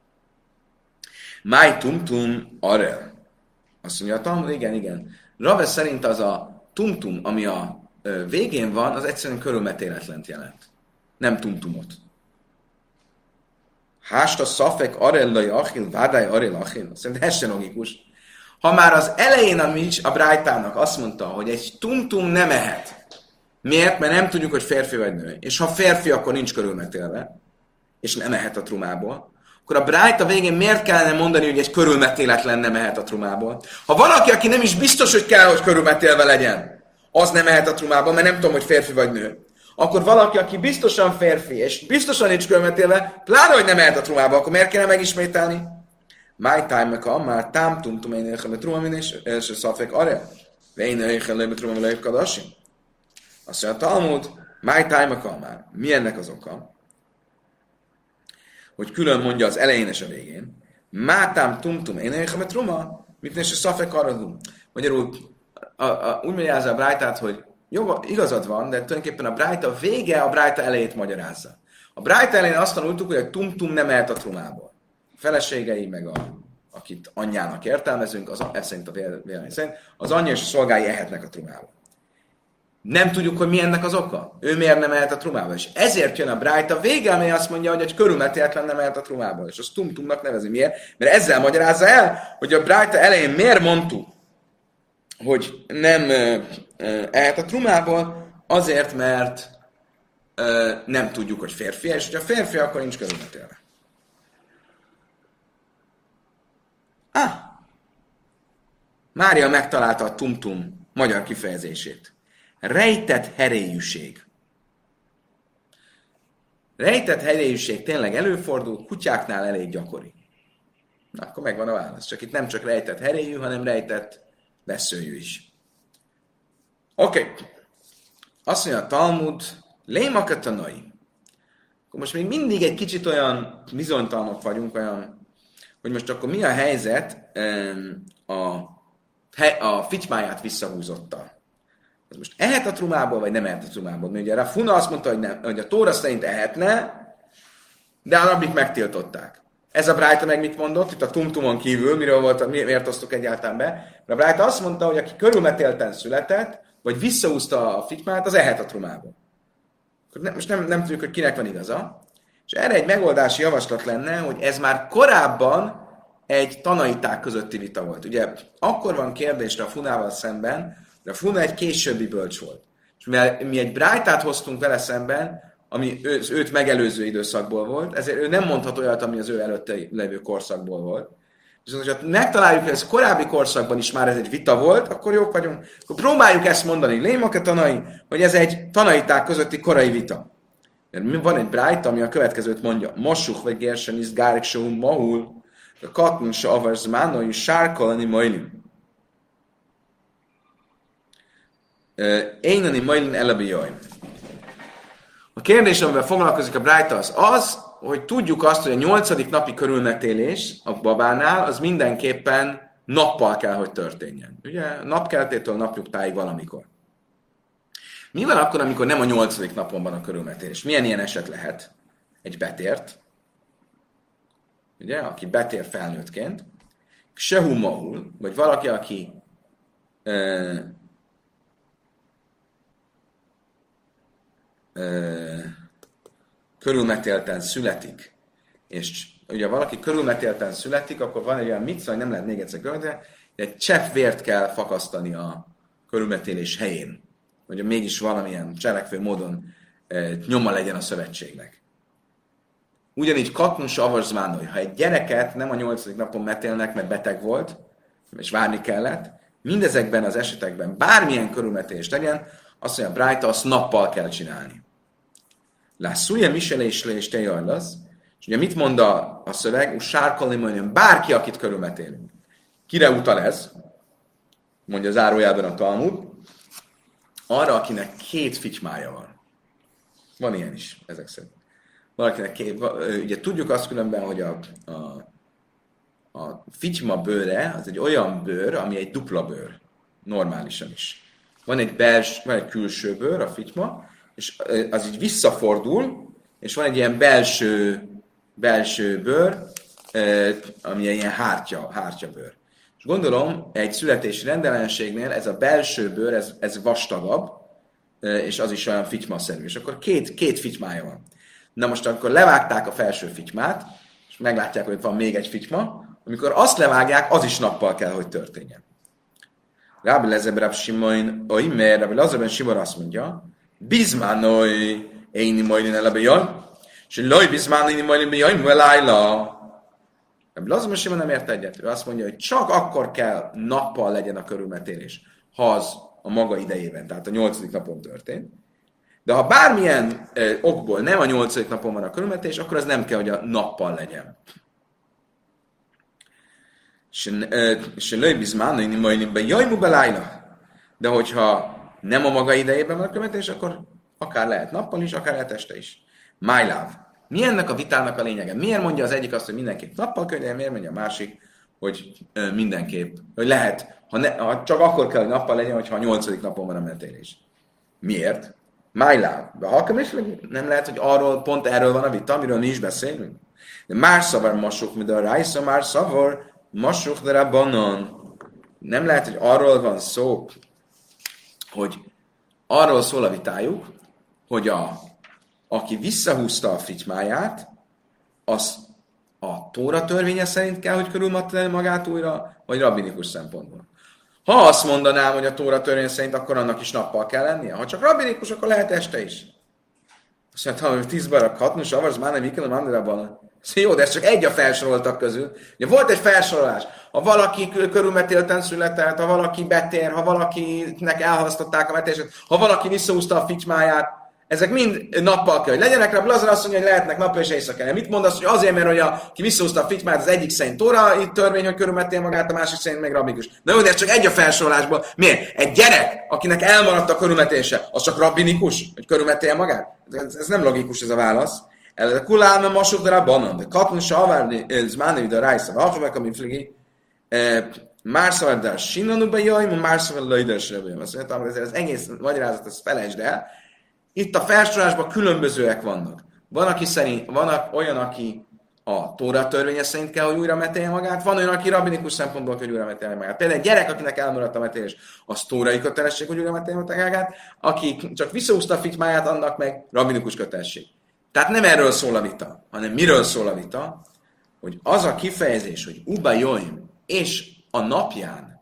Máj tumtum arel. Azt mondja a Talmud, igen. Rave szerint az a tumtum, ami a végén van, az egyszerűen körülmetéletlent jelent. Nem tumtumot. Hásta szafek arellai achil, vádály arel achil. Szerintem ez sem logikus. Ha már az elején a brájtának azt mondta, hogy egy tumtum nem ehet. Miért? Mert nem tudjuk, hogy férfi vagy nő. És ha férfi, akkor nincs körülmetélve, és nem ehet a trumából. Akkor a brájta végén miért kellene mondani, hogy egy körülmetéletlen nem ehet a trumából? Ha valaki, aki nem is biztos, hogy kell, hogy körülmetélve legyen, az nem ehet a trumából, mert nem tudom, hogy férfi vagy nő. Akkor valaki, aki biztosan férfi, és biztosan nincs körülmetélve, pláne, hogy nem ehet a trumából, akkor miért kellene megismételni? My time már tám tumtum én élhem a trumam, és szafek arra. Én élhem a trumam, lejjebb kadasi. Azt mondja a Talmud, my time már. Mi ennek az oka? Hogy külön mondja az elején és a végén. Mátám tumtum, én élhem a truma, mit és a szafek arra. Magyarul úgy magyarázza a brájtát, hogy igazad van, de tulajdonképpen a brájta vége a brájta elejét magyarázza. A brájta elején azt tanultuk, hogy a tumtum nem ehet a trumából. A feleségei, meg akit anyjának értelmezünk, ez szerint a vélemény szerint, az anyja és a szolgái ehetnek a trumából. Nem tudjuk, hogy mi ennek az oka. Ő miért nem ehet a trumából. És ezért jön a brájta vége, amely azt mondja, hogy egy körülmetéletlen nem ehet a trumából. És azt tumtumnak nevezi. Miért? Mert ezzel magyarázza el, hogy a brájta elején miért mondtuk, hogy nem ehet a trumából, azért, mert nem tudjuk, hogy férfi, és hogyha férfi, akkor nincs körülmetélve. Mária megtalálta a tumtum magyar kifejezését. Rejtett heréjűség. Rejtett heréjűség tényleg előfordul, kutyáknál elég gyakori. Na, akkor megvan a válasz. Csak itt nem csak rejtett heréjű, hanem rejtett veszőjű is. Oké. Azt mondja a Talmud, lémakatanai. Akkor most még mindig egy kicsit olyan bizonytalanok vagyunk, olyan, hogy most akkor mi a helyzet a fitymáját visszahúzotta. Ez most ehet a trumából, vagy nem ehet a trumából? Mert ugye a Funa azt mondta, hogy, nem, hogy a Tóra szerint ehetne, de a rabbik megtiltották. Ez a brájta meg mit mondott? Itt a tumtumon kívül, miért osztok egyáltalán be? Mert a brájta azt mondta, hogy aki körülmetélten született, vagy visszaúzta a fitymát, az ehet a trumából. Most nem tudjuk, hogy kinek van igaza. És erre egy megoldási javaslat lenne, hogy ez már korábban egy tanaiták közötti vita volt. Ugye akkor van kérdésre a Funával szemben, de a Funa egy későbbi bölcs volt. És mivel mi egy brájtát hoztunk vele szemben, ami az őt megelőző időszakból volt, ezért ő nem mondhat olyat, ami az ő előtte levő korszakból volt. Viszont, hogyha megtaláljuk, hogy ez korábbi korszakban is már ez egy vita volt, akkor jók vagyunk. Akkor próbáljuk ezt mondani, lémake tanai, hogy ez egy tanaiták közötti korai vita. Mert van egy brájta, ami a következőt mondja. Mossuch vagy gérsen is gárik sehum mahul, a katn se avarz mánoi sárkolani majlim. Énani majlin elebi jaj. A kérdés, amivel foglalkozik a brájta, az, hogy tudjuk azt, hogy a 8. napi körülmetélés a babánál, az mindenképpen nappal kell, hogy történjen. Ugye napkeltétől napnyugtáig valamikor. Mi van akkor, amikor nem a 8. napon van a körülmetélés? Milyen ilyen eset lehet? Egy betért, ugye, aki betér felnőttként, sehu mahul, vagy valaki, aki körülmetélten születik, és ugye valaki körülmetélten születik, akkor van egy olyan micva, hogy nem lehet még egyszer körülmetélni, de egy csepp vért kell fakasztani a körülmetélés helyén, hogy mégis valamilyen cselekvő módon nyoma legyen a szövetségnek. Ugyanígy katnus avarzmánolj, ha egy gyereket nem a 8. napon metélnek, mert beteg volt, és várni kellett, mindezekben az esetekben bármilyen körülmetélés legyen, azt mondja, Brájta, azt nappal kell csinálni. Lászúja és te jajlasz, és ugye mit mond a szöveg? Sárkolni mondjam, bárki, akit körülmetélünk. Kire utal ez? Mondja zárójában a Talmud. Arra, akinek 2 fitymája van. Van ilyen is, ezek szerint. Valakinek ugye tudjuk azt különben, hogy a fityma bőre az egy olyan bőr, ami egy dupla bőr. Normálisan is. Van egy külső bőr, a fityma, és az így visszafordul, és van egy ilyen belső bőr, ami ilyen hártyabőr. És gondolom, egy születési rendellenességnél ez a belső bőr, ez vastagabb, és az is olyan fitymaszerű. És akkor két fitymája van. Na most akkor levágták a felső fitymát, és meglátják, hogy van még egy fityma, amikor azt levágják, az is nappal kell, hogy történjen. Rabbi Lezer Rab Shimon, mert Rabbi Lezer Shimon azt mondja, bizmánoj, éni majdin elebejaj, és loj bizmánoj, éni majdin bejaj, velájla. Rabbi Lezer Shimon nem ért egyet. Ő azt mondja, hogy csak akkor kell nappal legyen a körülmetélés, ha az a maga idejében, tehát a 8. napon történt. De ha bármilyen okból nem a 8. napon van a körülmetés, akkor az nem kell, hogy a nappal legyen. De hogyha nem a maga idejében van a körülmetés, akkor akár lehet nappal is, akár lehet este is. Májláv. Mi ennek a vitának a lényege? Miért mondja az egyik azt, hogy mindenképp nappal kell, miért mondja a másik, hogy mindenképp, hogy lehet, ha csak akkor kell, hogy nappal legyen, hogyha a 8. napon van a metélés. Miért? Májláv. De halkam is, nem lehet, hogy pont erről van a vita, amiről mi is beszélünk. De más szavar masuk, mint a rájsza, más szavar masuk, de rabbanon. Nem lehet, hogy arról van szó, hogy arról szól a vitájuk, hogy aki visszahúzta a fitymáját, az a Tóra törvénye szerint kell, hogy körülmetélje magát újra, vagy rabbinikus szempontból. Ha azt mondanám, hogy a Tóra törvény szerint, akkor annak is nappal kell lennie. Ha csak rabbinikus, akkor lehet este is. Azt mondja, ha 10 barak hatnus, avarsz már nem ikkel a mandarában. Jó, de ez csak egy a felsoroltak közül. Ugye volt egy felsorolás. Ha valaki körülmetélten született, ha valaki betér, ha valakinek elhalasztották a metélést, ha valaki visszahúzta a fitymáját, ezek mind nappal kell, hogy legyenek. Rabbi Lazar azt mondja, hogy lehetnek nappal és éjszaka. Mit mondasz, hogy azért, mert hogy aki visszahúzta a fitymát, az egyik szerint Tóra törvény, hogy körülmetél magát, a másik szerint meg rabbinikus. Na jó, de ez csak egy a felsorolásból. Miért? Egy gyerek, akinek elmaradt a körülmetése, az csak rabbinikus, hogy körülmetél magát? Ez nem logikus ez a válasz. Ez a kulálma masuk de rabbanon, de katnusa avárni, ez mánévi de rájsza, alfabek, ami fligi, már szavardás sinanúba jaj, már szavardás löjdös. Azt mondtam, hogy az egész magyarázat, ezt felejtsd el. Itt a felsorolásban különbözőek vannak. Van olyan, aki a Tóra törvénye szerint kell, hogy újra metélje magát, van olyan, aki rabbinikus szempontból kell, hogy újra metélje magát. Például egy gyerek, akinek elmaradt a metélés, az tórai kötelesség, hogy újra metélje magát, aki csak visszahúzta a fitymáját, annak meg rabbinikus kötelesség. Tehát nem erről szól a vita, hanem miről szól a vita, hogy az a kifejezés, hogy uba joim, és a napján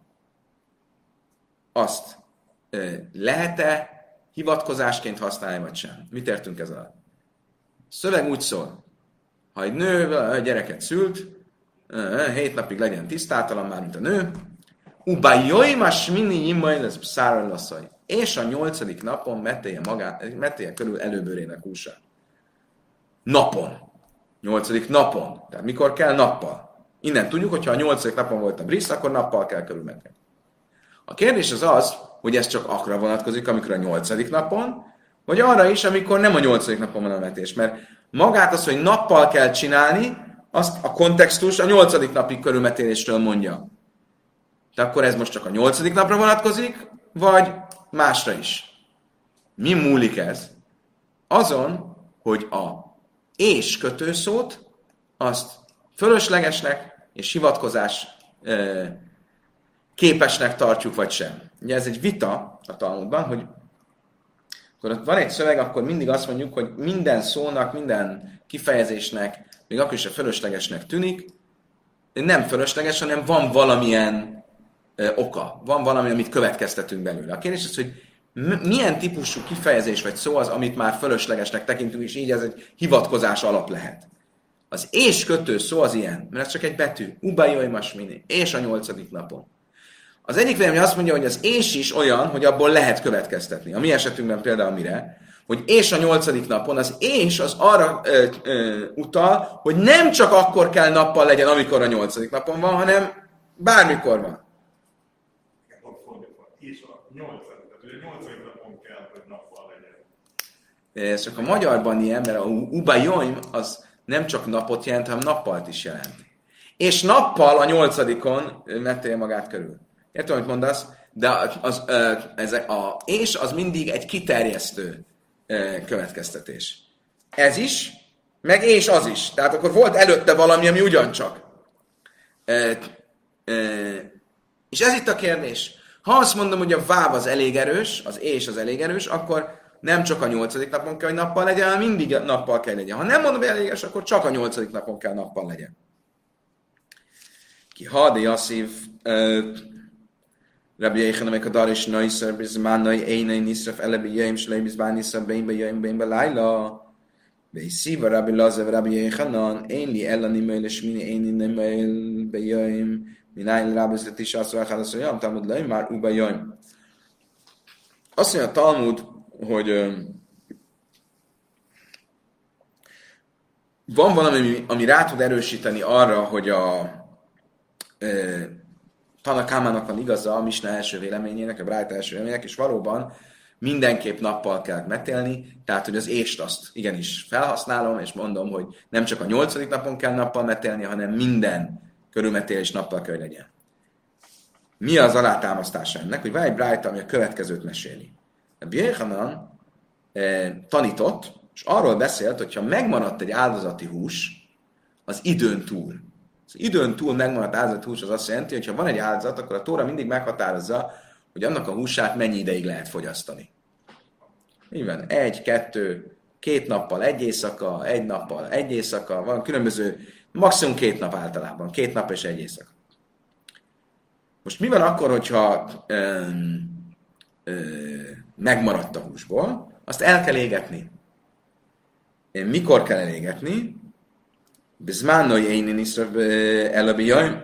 azt lehet-e hivatkozásként használni, vagy sem. Mit értünk ez alatt? Szöveg úgy szól, ha egy nő gyereket szült, 7 napig legyen tisztátalan már, mint a nő, uba joimas mini imaj lesz szára lasszaj, és a 8. napon metélje körül előbőrének húsát. Napon. 8. napon. Tehát mikor kell? Nappal. Innen tudjuk, hogyha a 8. napon volt a brisz, akkor nappal kell körülmetélni. A kérdés az, hogy ez csak akkora vonatkozik, amikor a 8. napon, vagy arra is, amikor nem a 8. napon van a metés. Mert magát azt, hogy nappal kell csinálni, azt a kontextus a 8. napi körülmetélésről mondja. De akkor ez most csak a 8. napra vonatkozik, vagy másra is. Mi múlik ez? Azon, hogy a és kötőszót azt fölöslegesnek és hivatkozás képesnek tartjuk, vagy sem. Ugye ez egy vita a Talmudban, hogy akkor van egy szöveg, akkor mindig azt mondjuk, hogy minden szónak, minden kifejezésnek, még akkor is a fölöslegesnek tűnik, nem fölösleges, hanem van valamilyen oka, van valami, amit következtetünk belőle. A kérdés az, hogy milyen típusú kifejezés vagy szó az, amit már fölöslegesnek tekintünk, és így ez egy hivatkozás alap lehet. Az és kötő szó az ilyen, mert ez csak egy betű. Ubajoj masmini, és a 8. napon. Az egyik vélemény azt mondja, hogy az és is olyan, hogy abból lehet következtetni. A mi esetünkben például mire? Hogy és a 8. napon, az és az arra utal, hogy nem csak akkor kell nappal legyen, amikor a 8. napon van, hanem bármikor van. És a 8. napon kell, hogy nappal legyen. Ez csak a magyarban ilyen, mert a ubajoim az nem csak napot jelent, hanem nappalt is jelent. És nappal a 8-on metélje magát körül. Értem, amit mondasz? De és az mindig egy kiterjesztő következtetés. Ez is, meg és az is. Tehát akkor volt előtte valami, ami ugyancsak. És ez itt a kérdés. Ha azt mondom, hogy a váv az elég erős, az és az elég erős, akkor nem csak a 8. napon kell, hogy nappal legyen, hanem mindig nappal kell legyen. Ha nem mondom, hogy elég erős, akkor csak a 8. napon kell nappal legyen. Ki hadi asszív Rabbi Yechanan Mekadar és Naiszer Bizmánai Énei Niszref Elebi Jöjjm Slej Bizbán Niszref Bénbe Jöjjm Bénbe Lájla Szíva Rabbi Lazev Rabbi Yechanan Énli Ellani Möjl és Mini Éni Möjl Bejöjjm Minájl Rábözlet is azt mondja, hogy Jam Talmud Lej már Uba Jöjjm. Azt mondja a Talmud, hogy van valami, ami rá tud erősíteni arra, hogy a Tanakámának van igaza, a Misna első véleményének, a Brájta első véleményének, és valóban mindenképp nappal kell metélni, tehát, hogy az ést azt igenis felhasználom, és mondom, hogy nem csak a 8. napon kell nappal metélni, hanem minden körülmetélés nappal kell, hogy legyen. Mi az alátámasztása ennek? Hogy van egy Brájta, ami a következőt meséli. A Bjéhanan tanított, és arról beszélt, hogyha megmaradt egy áldozati hús az időn túl. Az időn túl megmaradt áldozati hús az azt jelenti, hogy ha van egy áldozat, akkor a Tóra mindig meghatározza, hogy annak a húsát mennyi ideig lehet fogyasztani. Így van, 1, 2, 2 nappal egy éjszaka, 1 nappal egy éjszaka, van különböző, maximum 2 nap általában, 2 nap és 1 éjszaka. Most mi van akkor, hogyha megmaradt a húsból, azt el kell égetni. Mikor kell elégetni? Bizmánoi énén is elabi jaj.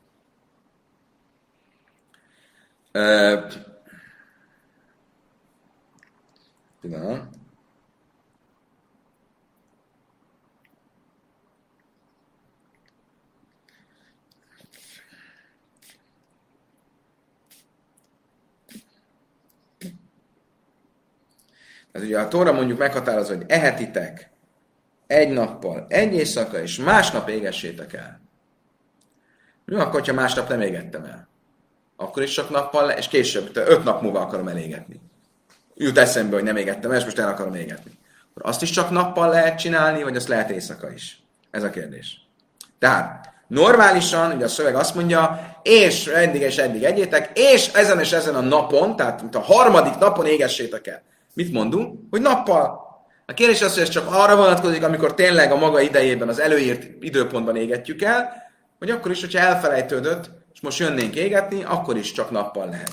Pillanat. Tehát ugye a Tóra mondjuk meghatározza, hogy ehetitek 1 nappal, 1 éjszaka, és másnap égessétek el. Mi akkor, ha másnap nem égettem el? Akkor is csak nappal, és később, 5 nap múlva akarom elégetni. Jut eszembe, hogy nem égettem el, és most el akarom égetni. Akkor azt is csak nappal lehet csinálni, vagy azt lehet éjszaka is? Ez a kérdés. Tehát normálisan, ugye a szöveg azt mondja, és eddig egyétek, és ezen a napon, tehát mint a 3. napon égessétek el. Mit mondunk? Hogy nappal. A kérdés az, hogy ez csak arra vonatkozik, amikor tényleg a maga idejében, az előírt időpontban égetjük el, vagy akkor is, hogyha elfelejtődött, és most jönnénk égetni, akkor is csak nappal lehet.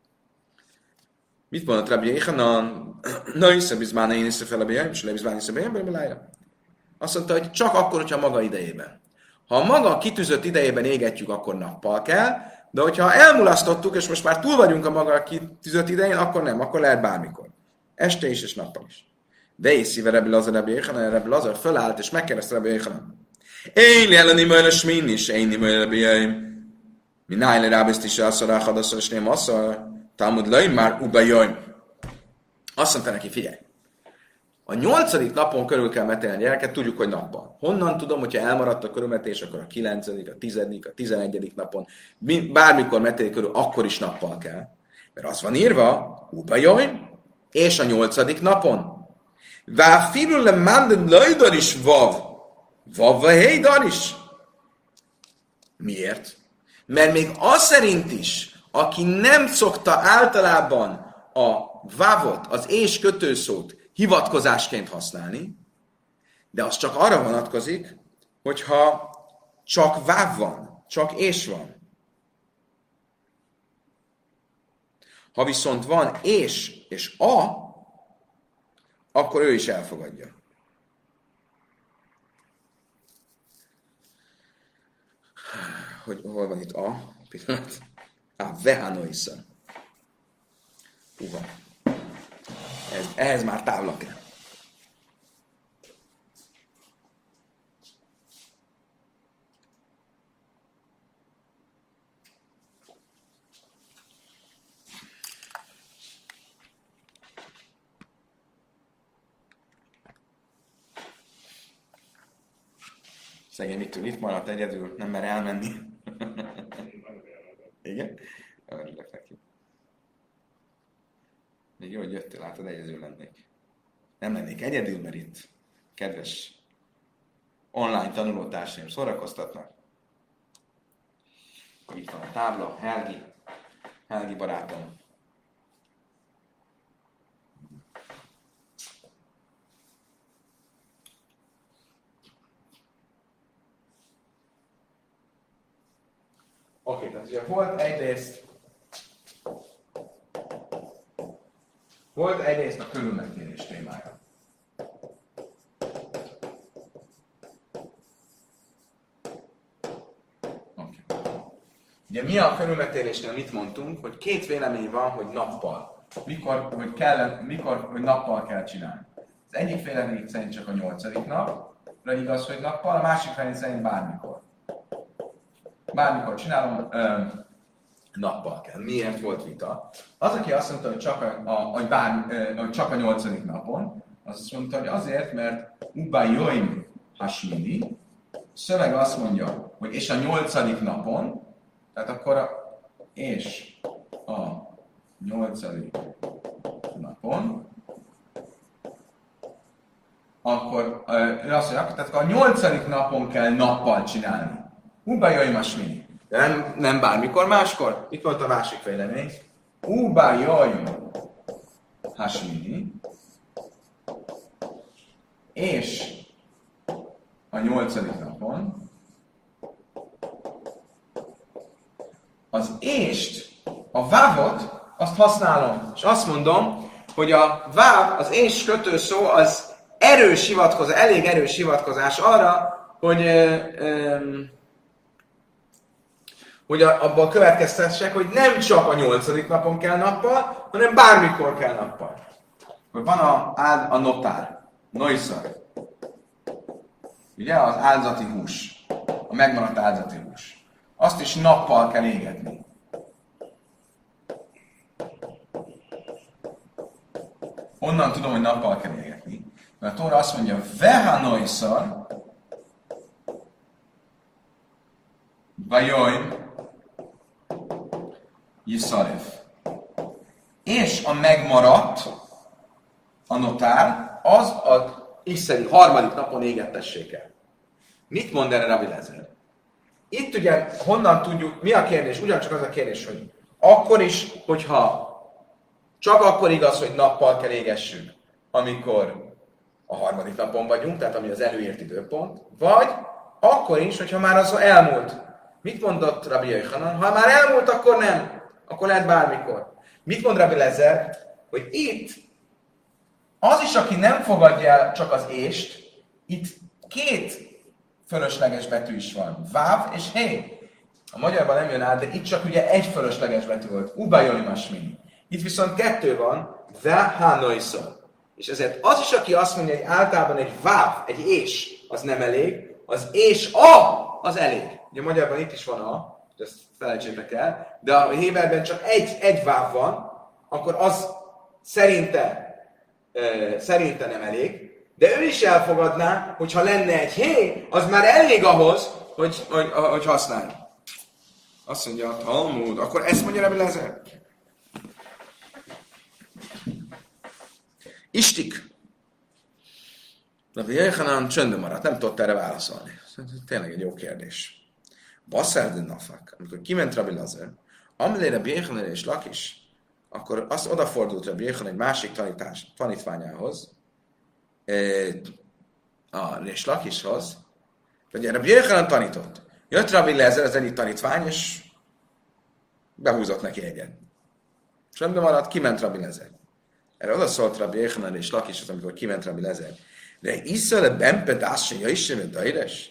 Mit mondott Rabbi Yechanan? Na, iszabizmána én iszafel a bejön, és lebizmána iszabejön, azt mondta, hogy csak akkor, hogyha maga idejében. Ha a maga kitűzött idejében égetjük, akkor nappal kell, de hogyha elmulasztottuk, és most már túl vagyunk a maga kitűzött idején, akkor nem, akkor lehet bármikor. Este is, és nappal is. De is szíve Rabbi Lazar fölállt, és megkérdezte Rabbi Yechanan. Én elleni möjles min is, én möjle Rabbi Yechanan. Mi nájle rábiszt is elszorál, hadaszor, és nem asszor. Talmud lai már ubajöjj. Azt mondta neki, figyelj. A 8. napon körül kell metelni a gyereket, tudjuk, hogy nappal. Honnan tudom, hogyha elmaradt a körülmetés, akkor a 9., a 10., a 11. napon, bármikor metél körül, akkor is nappal kell. Mert az van írva, Ubajoj, és a 8. napon. Váfirul le manden löjdar is vav. Vav hejdar is. Miért? Mert még az szerint is, aki nem szokta általában a vávot, az és kötőszót hivatkozásként használni, de az csak arra vonatkozik, hogyha csak váv van, csak és van. Ha viszont van és a, akkor ő is elfogadja. Hogy hol van itt a? Pillanat. Vehanoisza. Ehhez már távla kell. Szegény itt maradt egyedül, nem mer elmenni. Igen? Örülök neki. Még jó, hogy jöttél, látod, egyedül lennék. Nem lennék egyedül, mert itt kedves online tanulótársaim szórakoztatnak. Itt van a tábla, Helgi barátom. Oké, tehát ugye volt egyrészt a körülmetélés témája. Okay. Ugye mi a körülmetélésnél mit mondtunk, hogy két vélemény van, hogy nappal. Hogy nappal kell csinálni. Az egyik vélemény szerint csak a 8. napra igaz, hogy nappal, a másik vélemény szerint bármikor. Bármikor csinálom, nappal kell. Miért volt vita? Az, aki azt mondta, hogy csak a 8. napon, az azt mondta, hogy azért, mert Ubajoim Hashmini, szöveg azt mondja, hogy és a 8. napon, tehát akkor és a 8. napon, akkor ő azt mondja, tehát a 8. napon kell nappal csinálni. Ubajoim Hashmini. De nem bármikor máskor. Itt volt a másik vélemény. Ubajoim Hashmini. És a 8. napon az ést, a vávot, azt használom. És azt mondom, hogy a váv, az és kötőszó, az erős hivatkozás, elég erős hivatkozás arra, hogy abban következtessek, hogy nem csak a 8. napon kell nappal, hanem bármikor kell nappal. Hogy van a notár, noiszar. Ugye az áldozati hús, a megmaradt áldozati hús. Azt is nappal kell égetni. Onnan tudom, hogy nappal kell égetni. Mert a Tóra azt mondja, veha noiszar, vajoim, Yiszaref. És a megmaradt, a notár, az a iszeri 3. napon égettessék el. Mit mond erre Rabbi Lezer? Itt ugye honnan tudjuk, mi a kérdés? Ugyancsak az a kérdés, hogy akkor is, hogyha csak akkor igaz, hogy nappal kell égessük, amikor a 3. napon vagyunk, tehát ami az előírt időpont, vagy akkor is, hogyha már az elmúlt. Mit mondott Rabbi Yochanan? Ha már elmúlt, akkor nem. Akkor lehet bármikor. Mit mond Rabbi Lezer? Hogy itt az is, aki nem fogadja el csak az ést, itt 2 fölösleges betű is van. Váv és hé. A magyarban nem jön át, de itt csak ugye 1 fölösleges betű volt. Ubajoim Hashmini. Itt viszont 2 van. Vehanoiszor. És ezért az is, aki azt mondja, hogy általában egy váv, egy és, az nem elég, az és az elég. Ugye a magyarban itt is van ezt felejtsétek el, de a héberben csak egy váv van, akkor az szerinte szerinte nem elég, de ő is elfogadná, hogyha lenne egy héj, az már elég ahhoz, hogy használj. Azt mondja a Talmud, akkor ezt mondja Rabbi Lezer. Istik. Rabbi Yechanan csöndben maradt, nem tudott erre válaszolni. Tényleg egy jó kérdés. Basszer de nafak, amikor kiment Rabbi Lezer, amellé Rabbi Yechanan és Lakis, akkor azt odafordult Rabbi Yechanan egy másik tanítványához, és Lakishoz, hogy Rabbi Yechanan tanított. Jött Rabbi Lezer, az egyik tanítvány, és behúzott neki egyet. Csöndben maradt, kiment Rabbi Lezer. Erre odaszólt Rabbi Yechanan és Lakishoz, amikor kiment Rabbi Lezer. De iszol a bempedás, ja is sem dajres?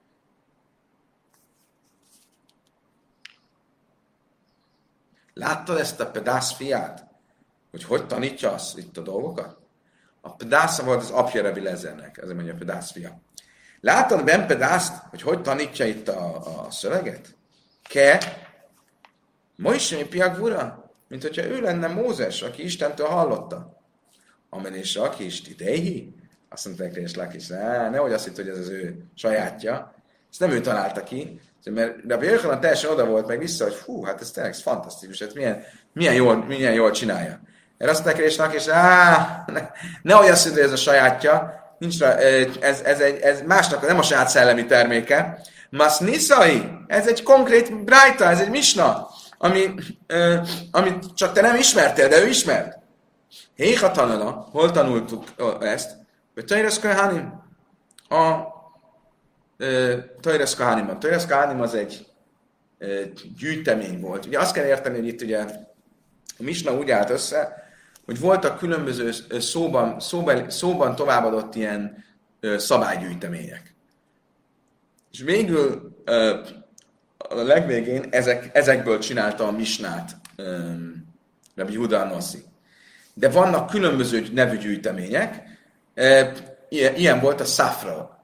Láttad ezt a pedász fiát? Hogy tanítja azt itt a dolgokat? A pedásza volt az apja Rabbi Lezernek, ezért mondja a pedász fia. Láttad Ben pedászt, hogy tanítja itt a szöveget? Moishe piagvura, mint hogyha ő lenne Mózes, aki Istentől hallotta. Amenés aki is idejhi, azt mondták, és Lakis, nehogy azt hitt, hogy ez az ő sajátja. Ezt nem ő találta ki, mert Rabbi Yechanan teljesen oda volt meg vissza, hogy fú, hát ez tényleg fantasztikus, hát milyen jól csinálja. Erre azt mondták, és Lakis, nehogy azt hitt, hogy ez a sajátja, nincs rá, ez másnak nem a saját szellemi terméke. Mas niszai, ez egy konkrét brájta, ez egy misna, amit csak te nem ismertél, de ő ismert. Héha tanala, hol tanultuk ezt? Hogy Tajrasz Kahanim. Tajrasz Kahanim. Tajrasz Kahanim az egy gyűjtemény volt. Ugye azt kell érteni, hogy itt ugye a misna úgy állt össze, hogy voltak különböző szóban továbbadott ilyen szabálygyűjtemények. És végül a legvégén ezekből csinálta a misnát Rabbi Yehuda Nossi. De vannak különböző nevű gyűjtemények. Ilyen volt a Szafra,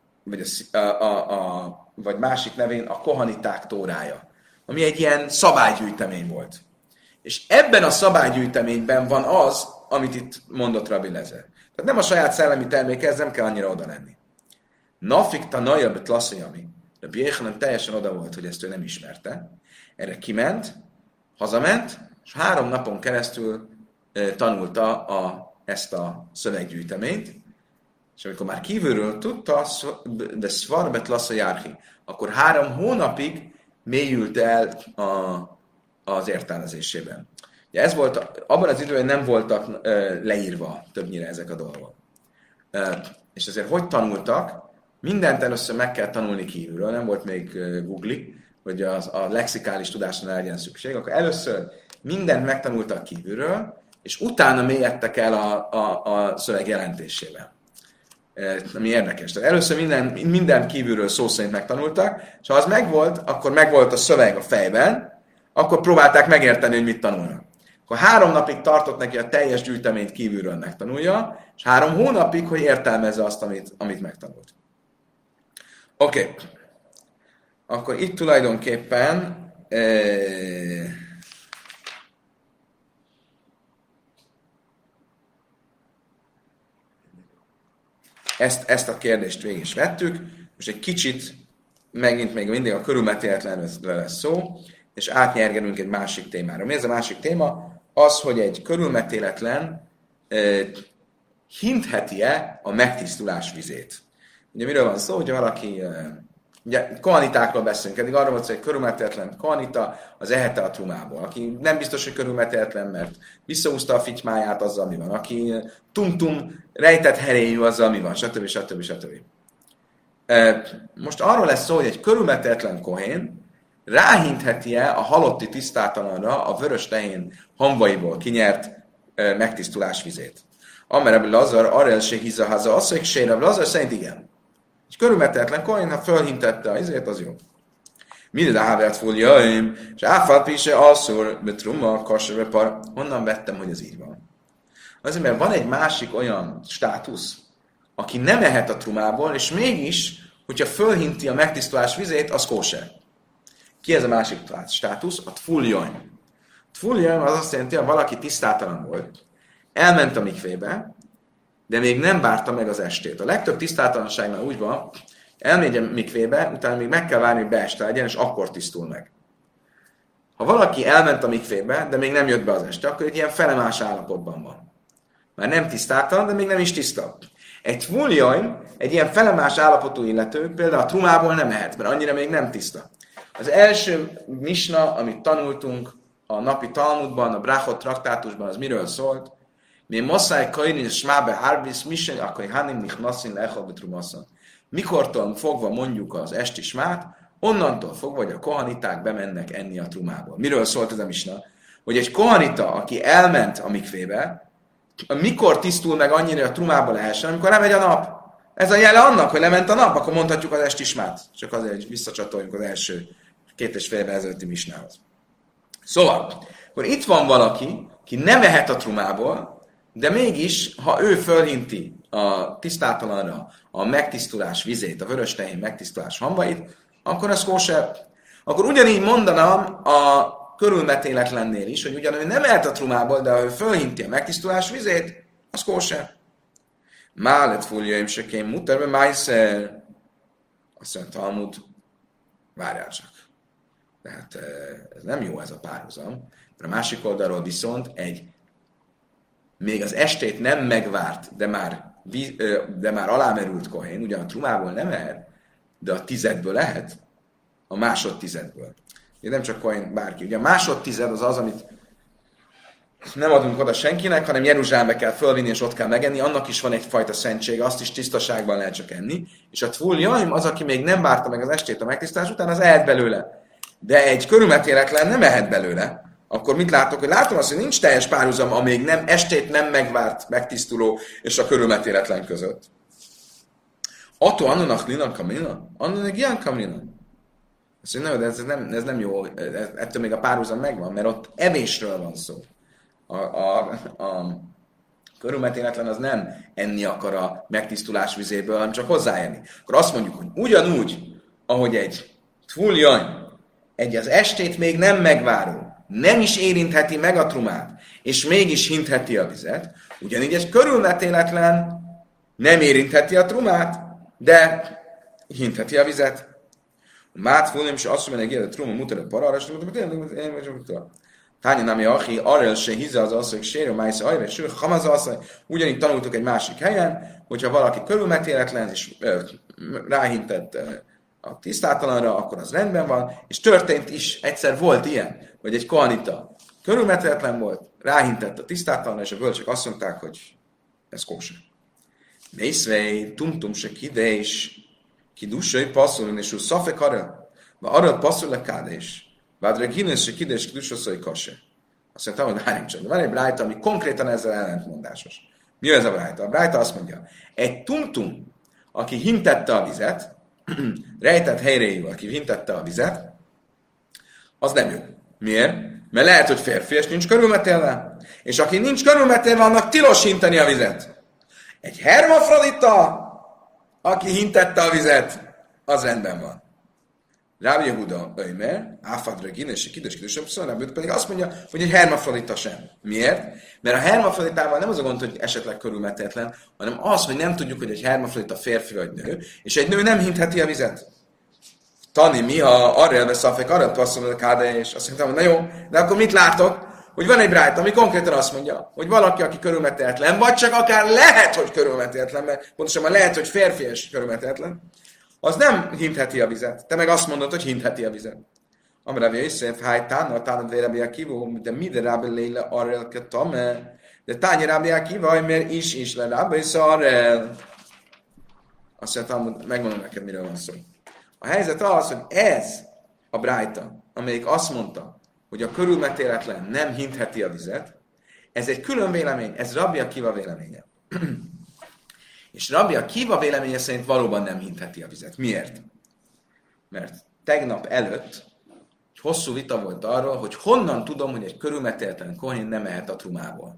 vagy másik nevén a Kohaniták tórája, ami egy ilyen szabálygyűjtemény volt. És ebben a szabálygyűjteményben van az, amit itt mondott Rabbi Lezer. Tehát nem a saját szellemi termékhez, nem kell annyira oda lenni. Nafik tanaja betlaszajami. Rabbi Yechanan teljesen oda volt, hogy ezt ő nem ismerte. Erre kiment, hazament, és 3 napon keresztül tanulta ezt a szöveggyűjteményt, és amikor már kívülről tudta, de szvarbet lassza járhi, akkor 3 hónapig mélyült el az értelmezésében. Ugye ez volt, abban az időben nem voltak leírva többnyire ezek a dolgok. És ezért hogy tanultak? Mindent először meg kell tanulni kívülről, nem volt még Google, hogy a lexikális tudásra ne legyen szükség, akkor először mindent megtanultak kívülről, és utána mélyedtek el a szöveg jelentésével. Ami érdekes. Tehát először mindent kívülről szó szerint megtanultak, és ha az megvolt, akkor megvolt a szöveg a fejben, akkor próbálták megérteni, hogy mit tanulnak. Akkor 3 napig tartott neki a teljes gyűjteményt kívülről megtanulja, és 3 hónapig, hogy értelmezze azt, amit megtanult. Oké. Akkor itt tulajdonképpen ezt a kérdést végig is vettük. Most egy kicsit megint még mindig a körülmetéletlenről lesz szó, és átnyergelünk egy másik témára. Mi ez a másik téma? Az, hogy egy körülmetéletlen hintheti-e a megtisztulás vizét. Ugye miről van szó, hogy valaki, ugye kohanitákról beszélünk, eddig arról volt, hogy egy körülmetéletlen kohanita az ehette a trumából. Aki nem biztos, hogy körülmetéletlen, mert visszahúzta a fitymáját, azzal mi van. Aki tum-tum rejtett heréjű, azzal mi van, stb. Most arról lesz szó, hogy egy körülmetéletlen kohén ráhintheti-e a halotti tisztátalanra a vörös tehén hamvaiból kinyert megtisztulás vizét. Amerebb Lazar, Arelsé Hizahaza, Asszéksére, Lazar szerint igen. És körülmetetlen kohén, ha fölhintette azért, az jó. Minden a hávert fúljaim, és áfálpise alszor, betrumma, kasserbe par. Honnan vettem, hogy ez így van? Azért, mert van egy másik olyan státusz, aki nem ehet a trumából, és mégis, hogyha fölhinti a megtisztulás vizét, az kóser. Ki ez a másik státusz? A tfuljaim. Tfuljaim az azt jelenti, hogy valaki tisztátalan volt, elment a mikvébe, de még nem várta meg az estét. A legtöbb tisztátalanságnál úgy van, elmegy a mikvébe, utána még meg kell várni, hogy beeste legyen, és akkor tisztul meg. Ha valaki elment a mikvébe, de még nem jött be az este, akkor egy ilyen felemás állapotban van. Már nem tisztátalan, de még nem is tiszta. Egy tvuljaim, egy ilyen felemás állapotú illető, például a trumából nem ehet, mert annyira még nem tiszta. Az első misna, amit tanultunk a napi Talmudban, a Brachot traktátusban, az miről szólt? Mi moszáj kajrin smábe hárbisz, miseny, akkor hanim nichnaszin lechal betrumaszon. Mikortól fogva mondjuk az esti smát, onnantól fogva, hogy a kohaniták bemennek enni a trumából. Miről szólt ez a misna? Hogy egy kohanita, aki elment a mikvébe, mikor tisztul meg annyira, hogy a trumába lehessen, amikor lemegy a nap. Ez a jele annak, hogy lement a nap, akkor mondhatjuk az esti smát. Csak azért, hogy visszacsatoljunk az első 2,5 évvel ezelőtti misnához. Szóval, akkor itt van valaki, ki nem ehet a trumából, de mégis, ha ő fölhinti a tisztátalanra a megtisztulás vizét, a vörös tehén megtisztulás hambait, akkor az kóser. Akkor ugyanígy mondanám a körülmetéletlennél is, hogy ugyanúgy nem ehet a trumából, de ha ő fölhinti a megtisztulás vizét, az kóser. Málet fúljaim se kém muterbe májszer. Azt mondja, Talmud, várjál csak. Tehát ez nem jó ez a párhuzam. A másik oldalról viszont még az estét nem megvárt, de már alámerült kohén, ugyan a trumából nem ehet, de a tizedből lehet, a másodtizedből. Nem csak kohén bárki. Ugye a másodtized az az, amit nem adunk oda senkinek, hanem Jeruzsálembe kell fölvinni, és ott kell megenni, annak is van egyfajta szentsége, azt is tisztaságban lehet csak enni, és a tvuljaim az, aki még nem várta meg az estét a megtisztulás után, az ehet belőle. De egy körülmetéletlen nem ehet belőle, akkor mit látok? Hogy látom azt, hogy nincs teljes párhuzam, amíg nem, estét nem megvárt, megtisztuló és a körülmetéletlen között. Attól annak linak kamina? Annak ilyen kamina? Azt mondja, de ez nem jó, ettől még a párhuzam megvan, mert ott evésről van szó. A körülmetéletlen az nem enni akar a megtisztulás vizéből, hanem csak hozzáenni. Akkor azt mondjuk, hogy ugyanúgy, ahogy egy tvuljaim, egy az estét még nem megváró, nem is érintheti meg a trumát, és mégis hintheti a vizet, ugyanígy egy körülmetéletlen nem érintheti a trumát, de hintheti a vizet. Mát fúlim, és azt mondja, hogy a truma mutat a parara, és Tányi nami achi, arrel se hize az asszony, sérő májsza ajra, és hamaz asszony. Ugyanígy tanultuk egy másik helyen, hogyha valaki körülmetéletlen, és ráhintett a tisztátalanra, akkor az rendben van, és történt is, egyszer volt ilyen, hogy egy kohanita körülmetéletlen volt, ráhintett a tisztátalanra, és a bölcsök azt mondták, hogy ez kóser. Mészvej, tumtum se kidés, kidussai passzolni, és úgy szafek arra passzol le kádés. Vádra gines se kidés, kidussai kase. Azt mondtam, hogy várjunk csak, van egy brájta, ami konkrétan ezzel ellentmondásos. Mi ez a brájta? A brájta azt mondja, egy tumtum, aki hintette a vizet, rejtett helyréjű, aki hintette a vizet, az nem jó. Miért? Mert lehet, hogy férfi, és nincs körülmetélve. És aki nincs körülmetélve, annak tilos hinteni a vizet. Egy hermafrodita, aki hintette a vizet, az rendben van. Rábi Yehuda öjmer, áfadra gines, kides, pedig azt mondja, hogy egy hermafrodita sem. Miért? Mert a hermafroditával nem az a gond, hogy esetleg körülmetetlen, hanem az, hogy nem tudjuk, hogy egy hermafrodita férfi vagy nő, és egy nő nem hintheti a vizet. Tani, mi, ha arra elveszafek, arra passzol a káde, és azt mondtam, hogy na jó, de akkor mit látok? Hogy van egy brájt, ami konkrétan azt mondja, hogy valaki, aki körülmetetlen, vagy csak akár lehet, hogy körülmetetlen, mert pontosabban lehet, hogy férfi és körülmetetlen, az nem hintheti a vizet. Te meg azt mondod, hogy hintheti a vizet. Amravi Yosef, háj tána, tána dvé Rabbi Akiva, de mide Rabbi Leila arrel ketame, de tányi Rabbi Akiva, mert is le Rabbi Szarrel. Azt mondtam, megmondom neked, miről van szó. A helyzet az, hogy ez a brájta, amelyik azt mondta, hogy a körülmetéletlen nem hintheti a vizet, ez egy külön vélemény, ez Rabbi Akiva véleménye. És Rabbi Akiva véleménye szerint valóban nem hintheti a vizet. Miért? Mert tegnap előtt egy hosszú vita volt arról, hogy honnan tudom, hogy egy körülmetéletlen kohén nem ehet a trumából.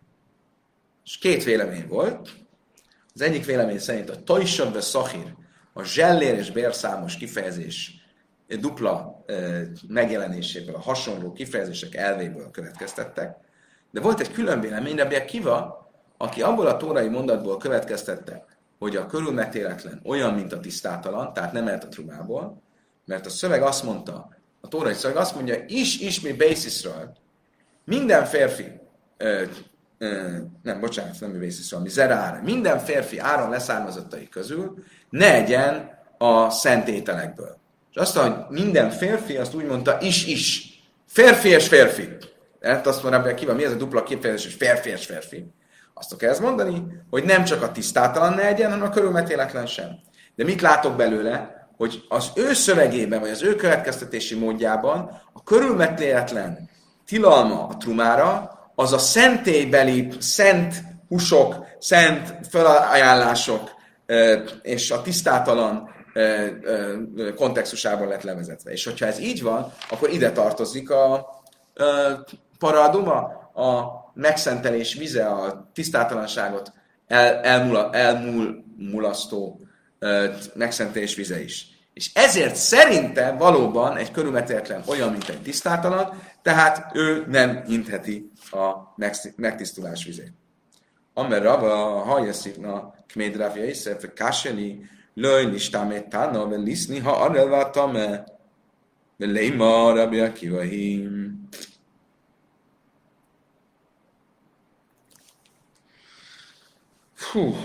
És két vélemény volt. Az egyik vélemény szerint a tojsav ve szachír, a zsellér és bérszámos kifejezés dupla megjelenéséből, a hasonló kifejezések elvéből következtettek. De volt egy külön vélemény, Rabbi Akiva aki abból a tórai mondatból következtette, hogy a körülmetéletlen olyan, mint a tisztátalan, tehát nem lehet a trumából, mert a szöveg azt mondta, a tórai szöveg azt mondja, ismi basisről, minden férfi, nem basisről, mi zerára, minden férfi Áron leszármazottai közül ne egyen a szent ételekből. És azt mondta, hogy minden férfi, azt úgy mondta, is. Férfi és férfi. Tehát azt mondja, ki van, mi ez a dupla kifejezés, hogy férfi és férfi. Azt kell ezt mondani, hogy nem csak a tisztátalan ne egyen, hanem a körülmetéletlen sem. De mit látok belőle? Hogy az ő szövegében, vagy az ő következtetési módjában a körülmetéletlen tilalma a trumára, az a szentélybeli, szent húsok, szent felajánlások és a tisztátalan kontextusában lett levezetve. És hogyha ez így van, akkor ide tartozik a paraduma, a megszentelés vize, a tisztátalanságot elmulasztó megszentelés vize is. És ezért szerinte valóban egy körülmetéletlen olyan, mint egy tisztátalan, tehát ő nem intheti a megtisztulás vizét. Amer Rava hajaszívna kmédrávja iszef káseli löj listámét tárna, ve liszni, ha arrelváltam-e, ve léma Rabbi Akivahim. Fú.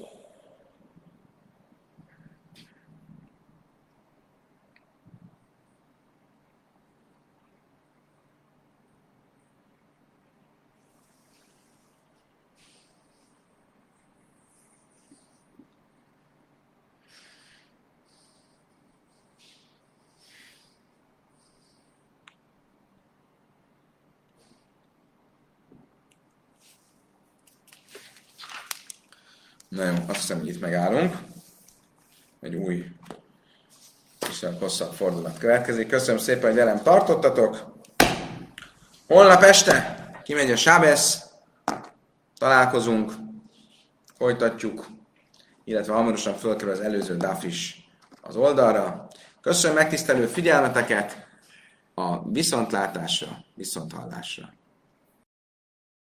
Na jó, azt hiszem, hogy itt megállunk. Egy új, viszonylag hosszabb fordulat következik. Köszönöm szépen, hogy velem tartottatok. Holnap este kimegy a Sábesz, találkozunk, folytatjuk, illetve hamarosan fölkerül az előző DAF is az oldalra. Köszönöm megtisztelő figyelmeteket, a viszontlátásra, viszonthallásra.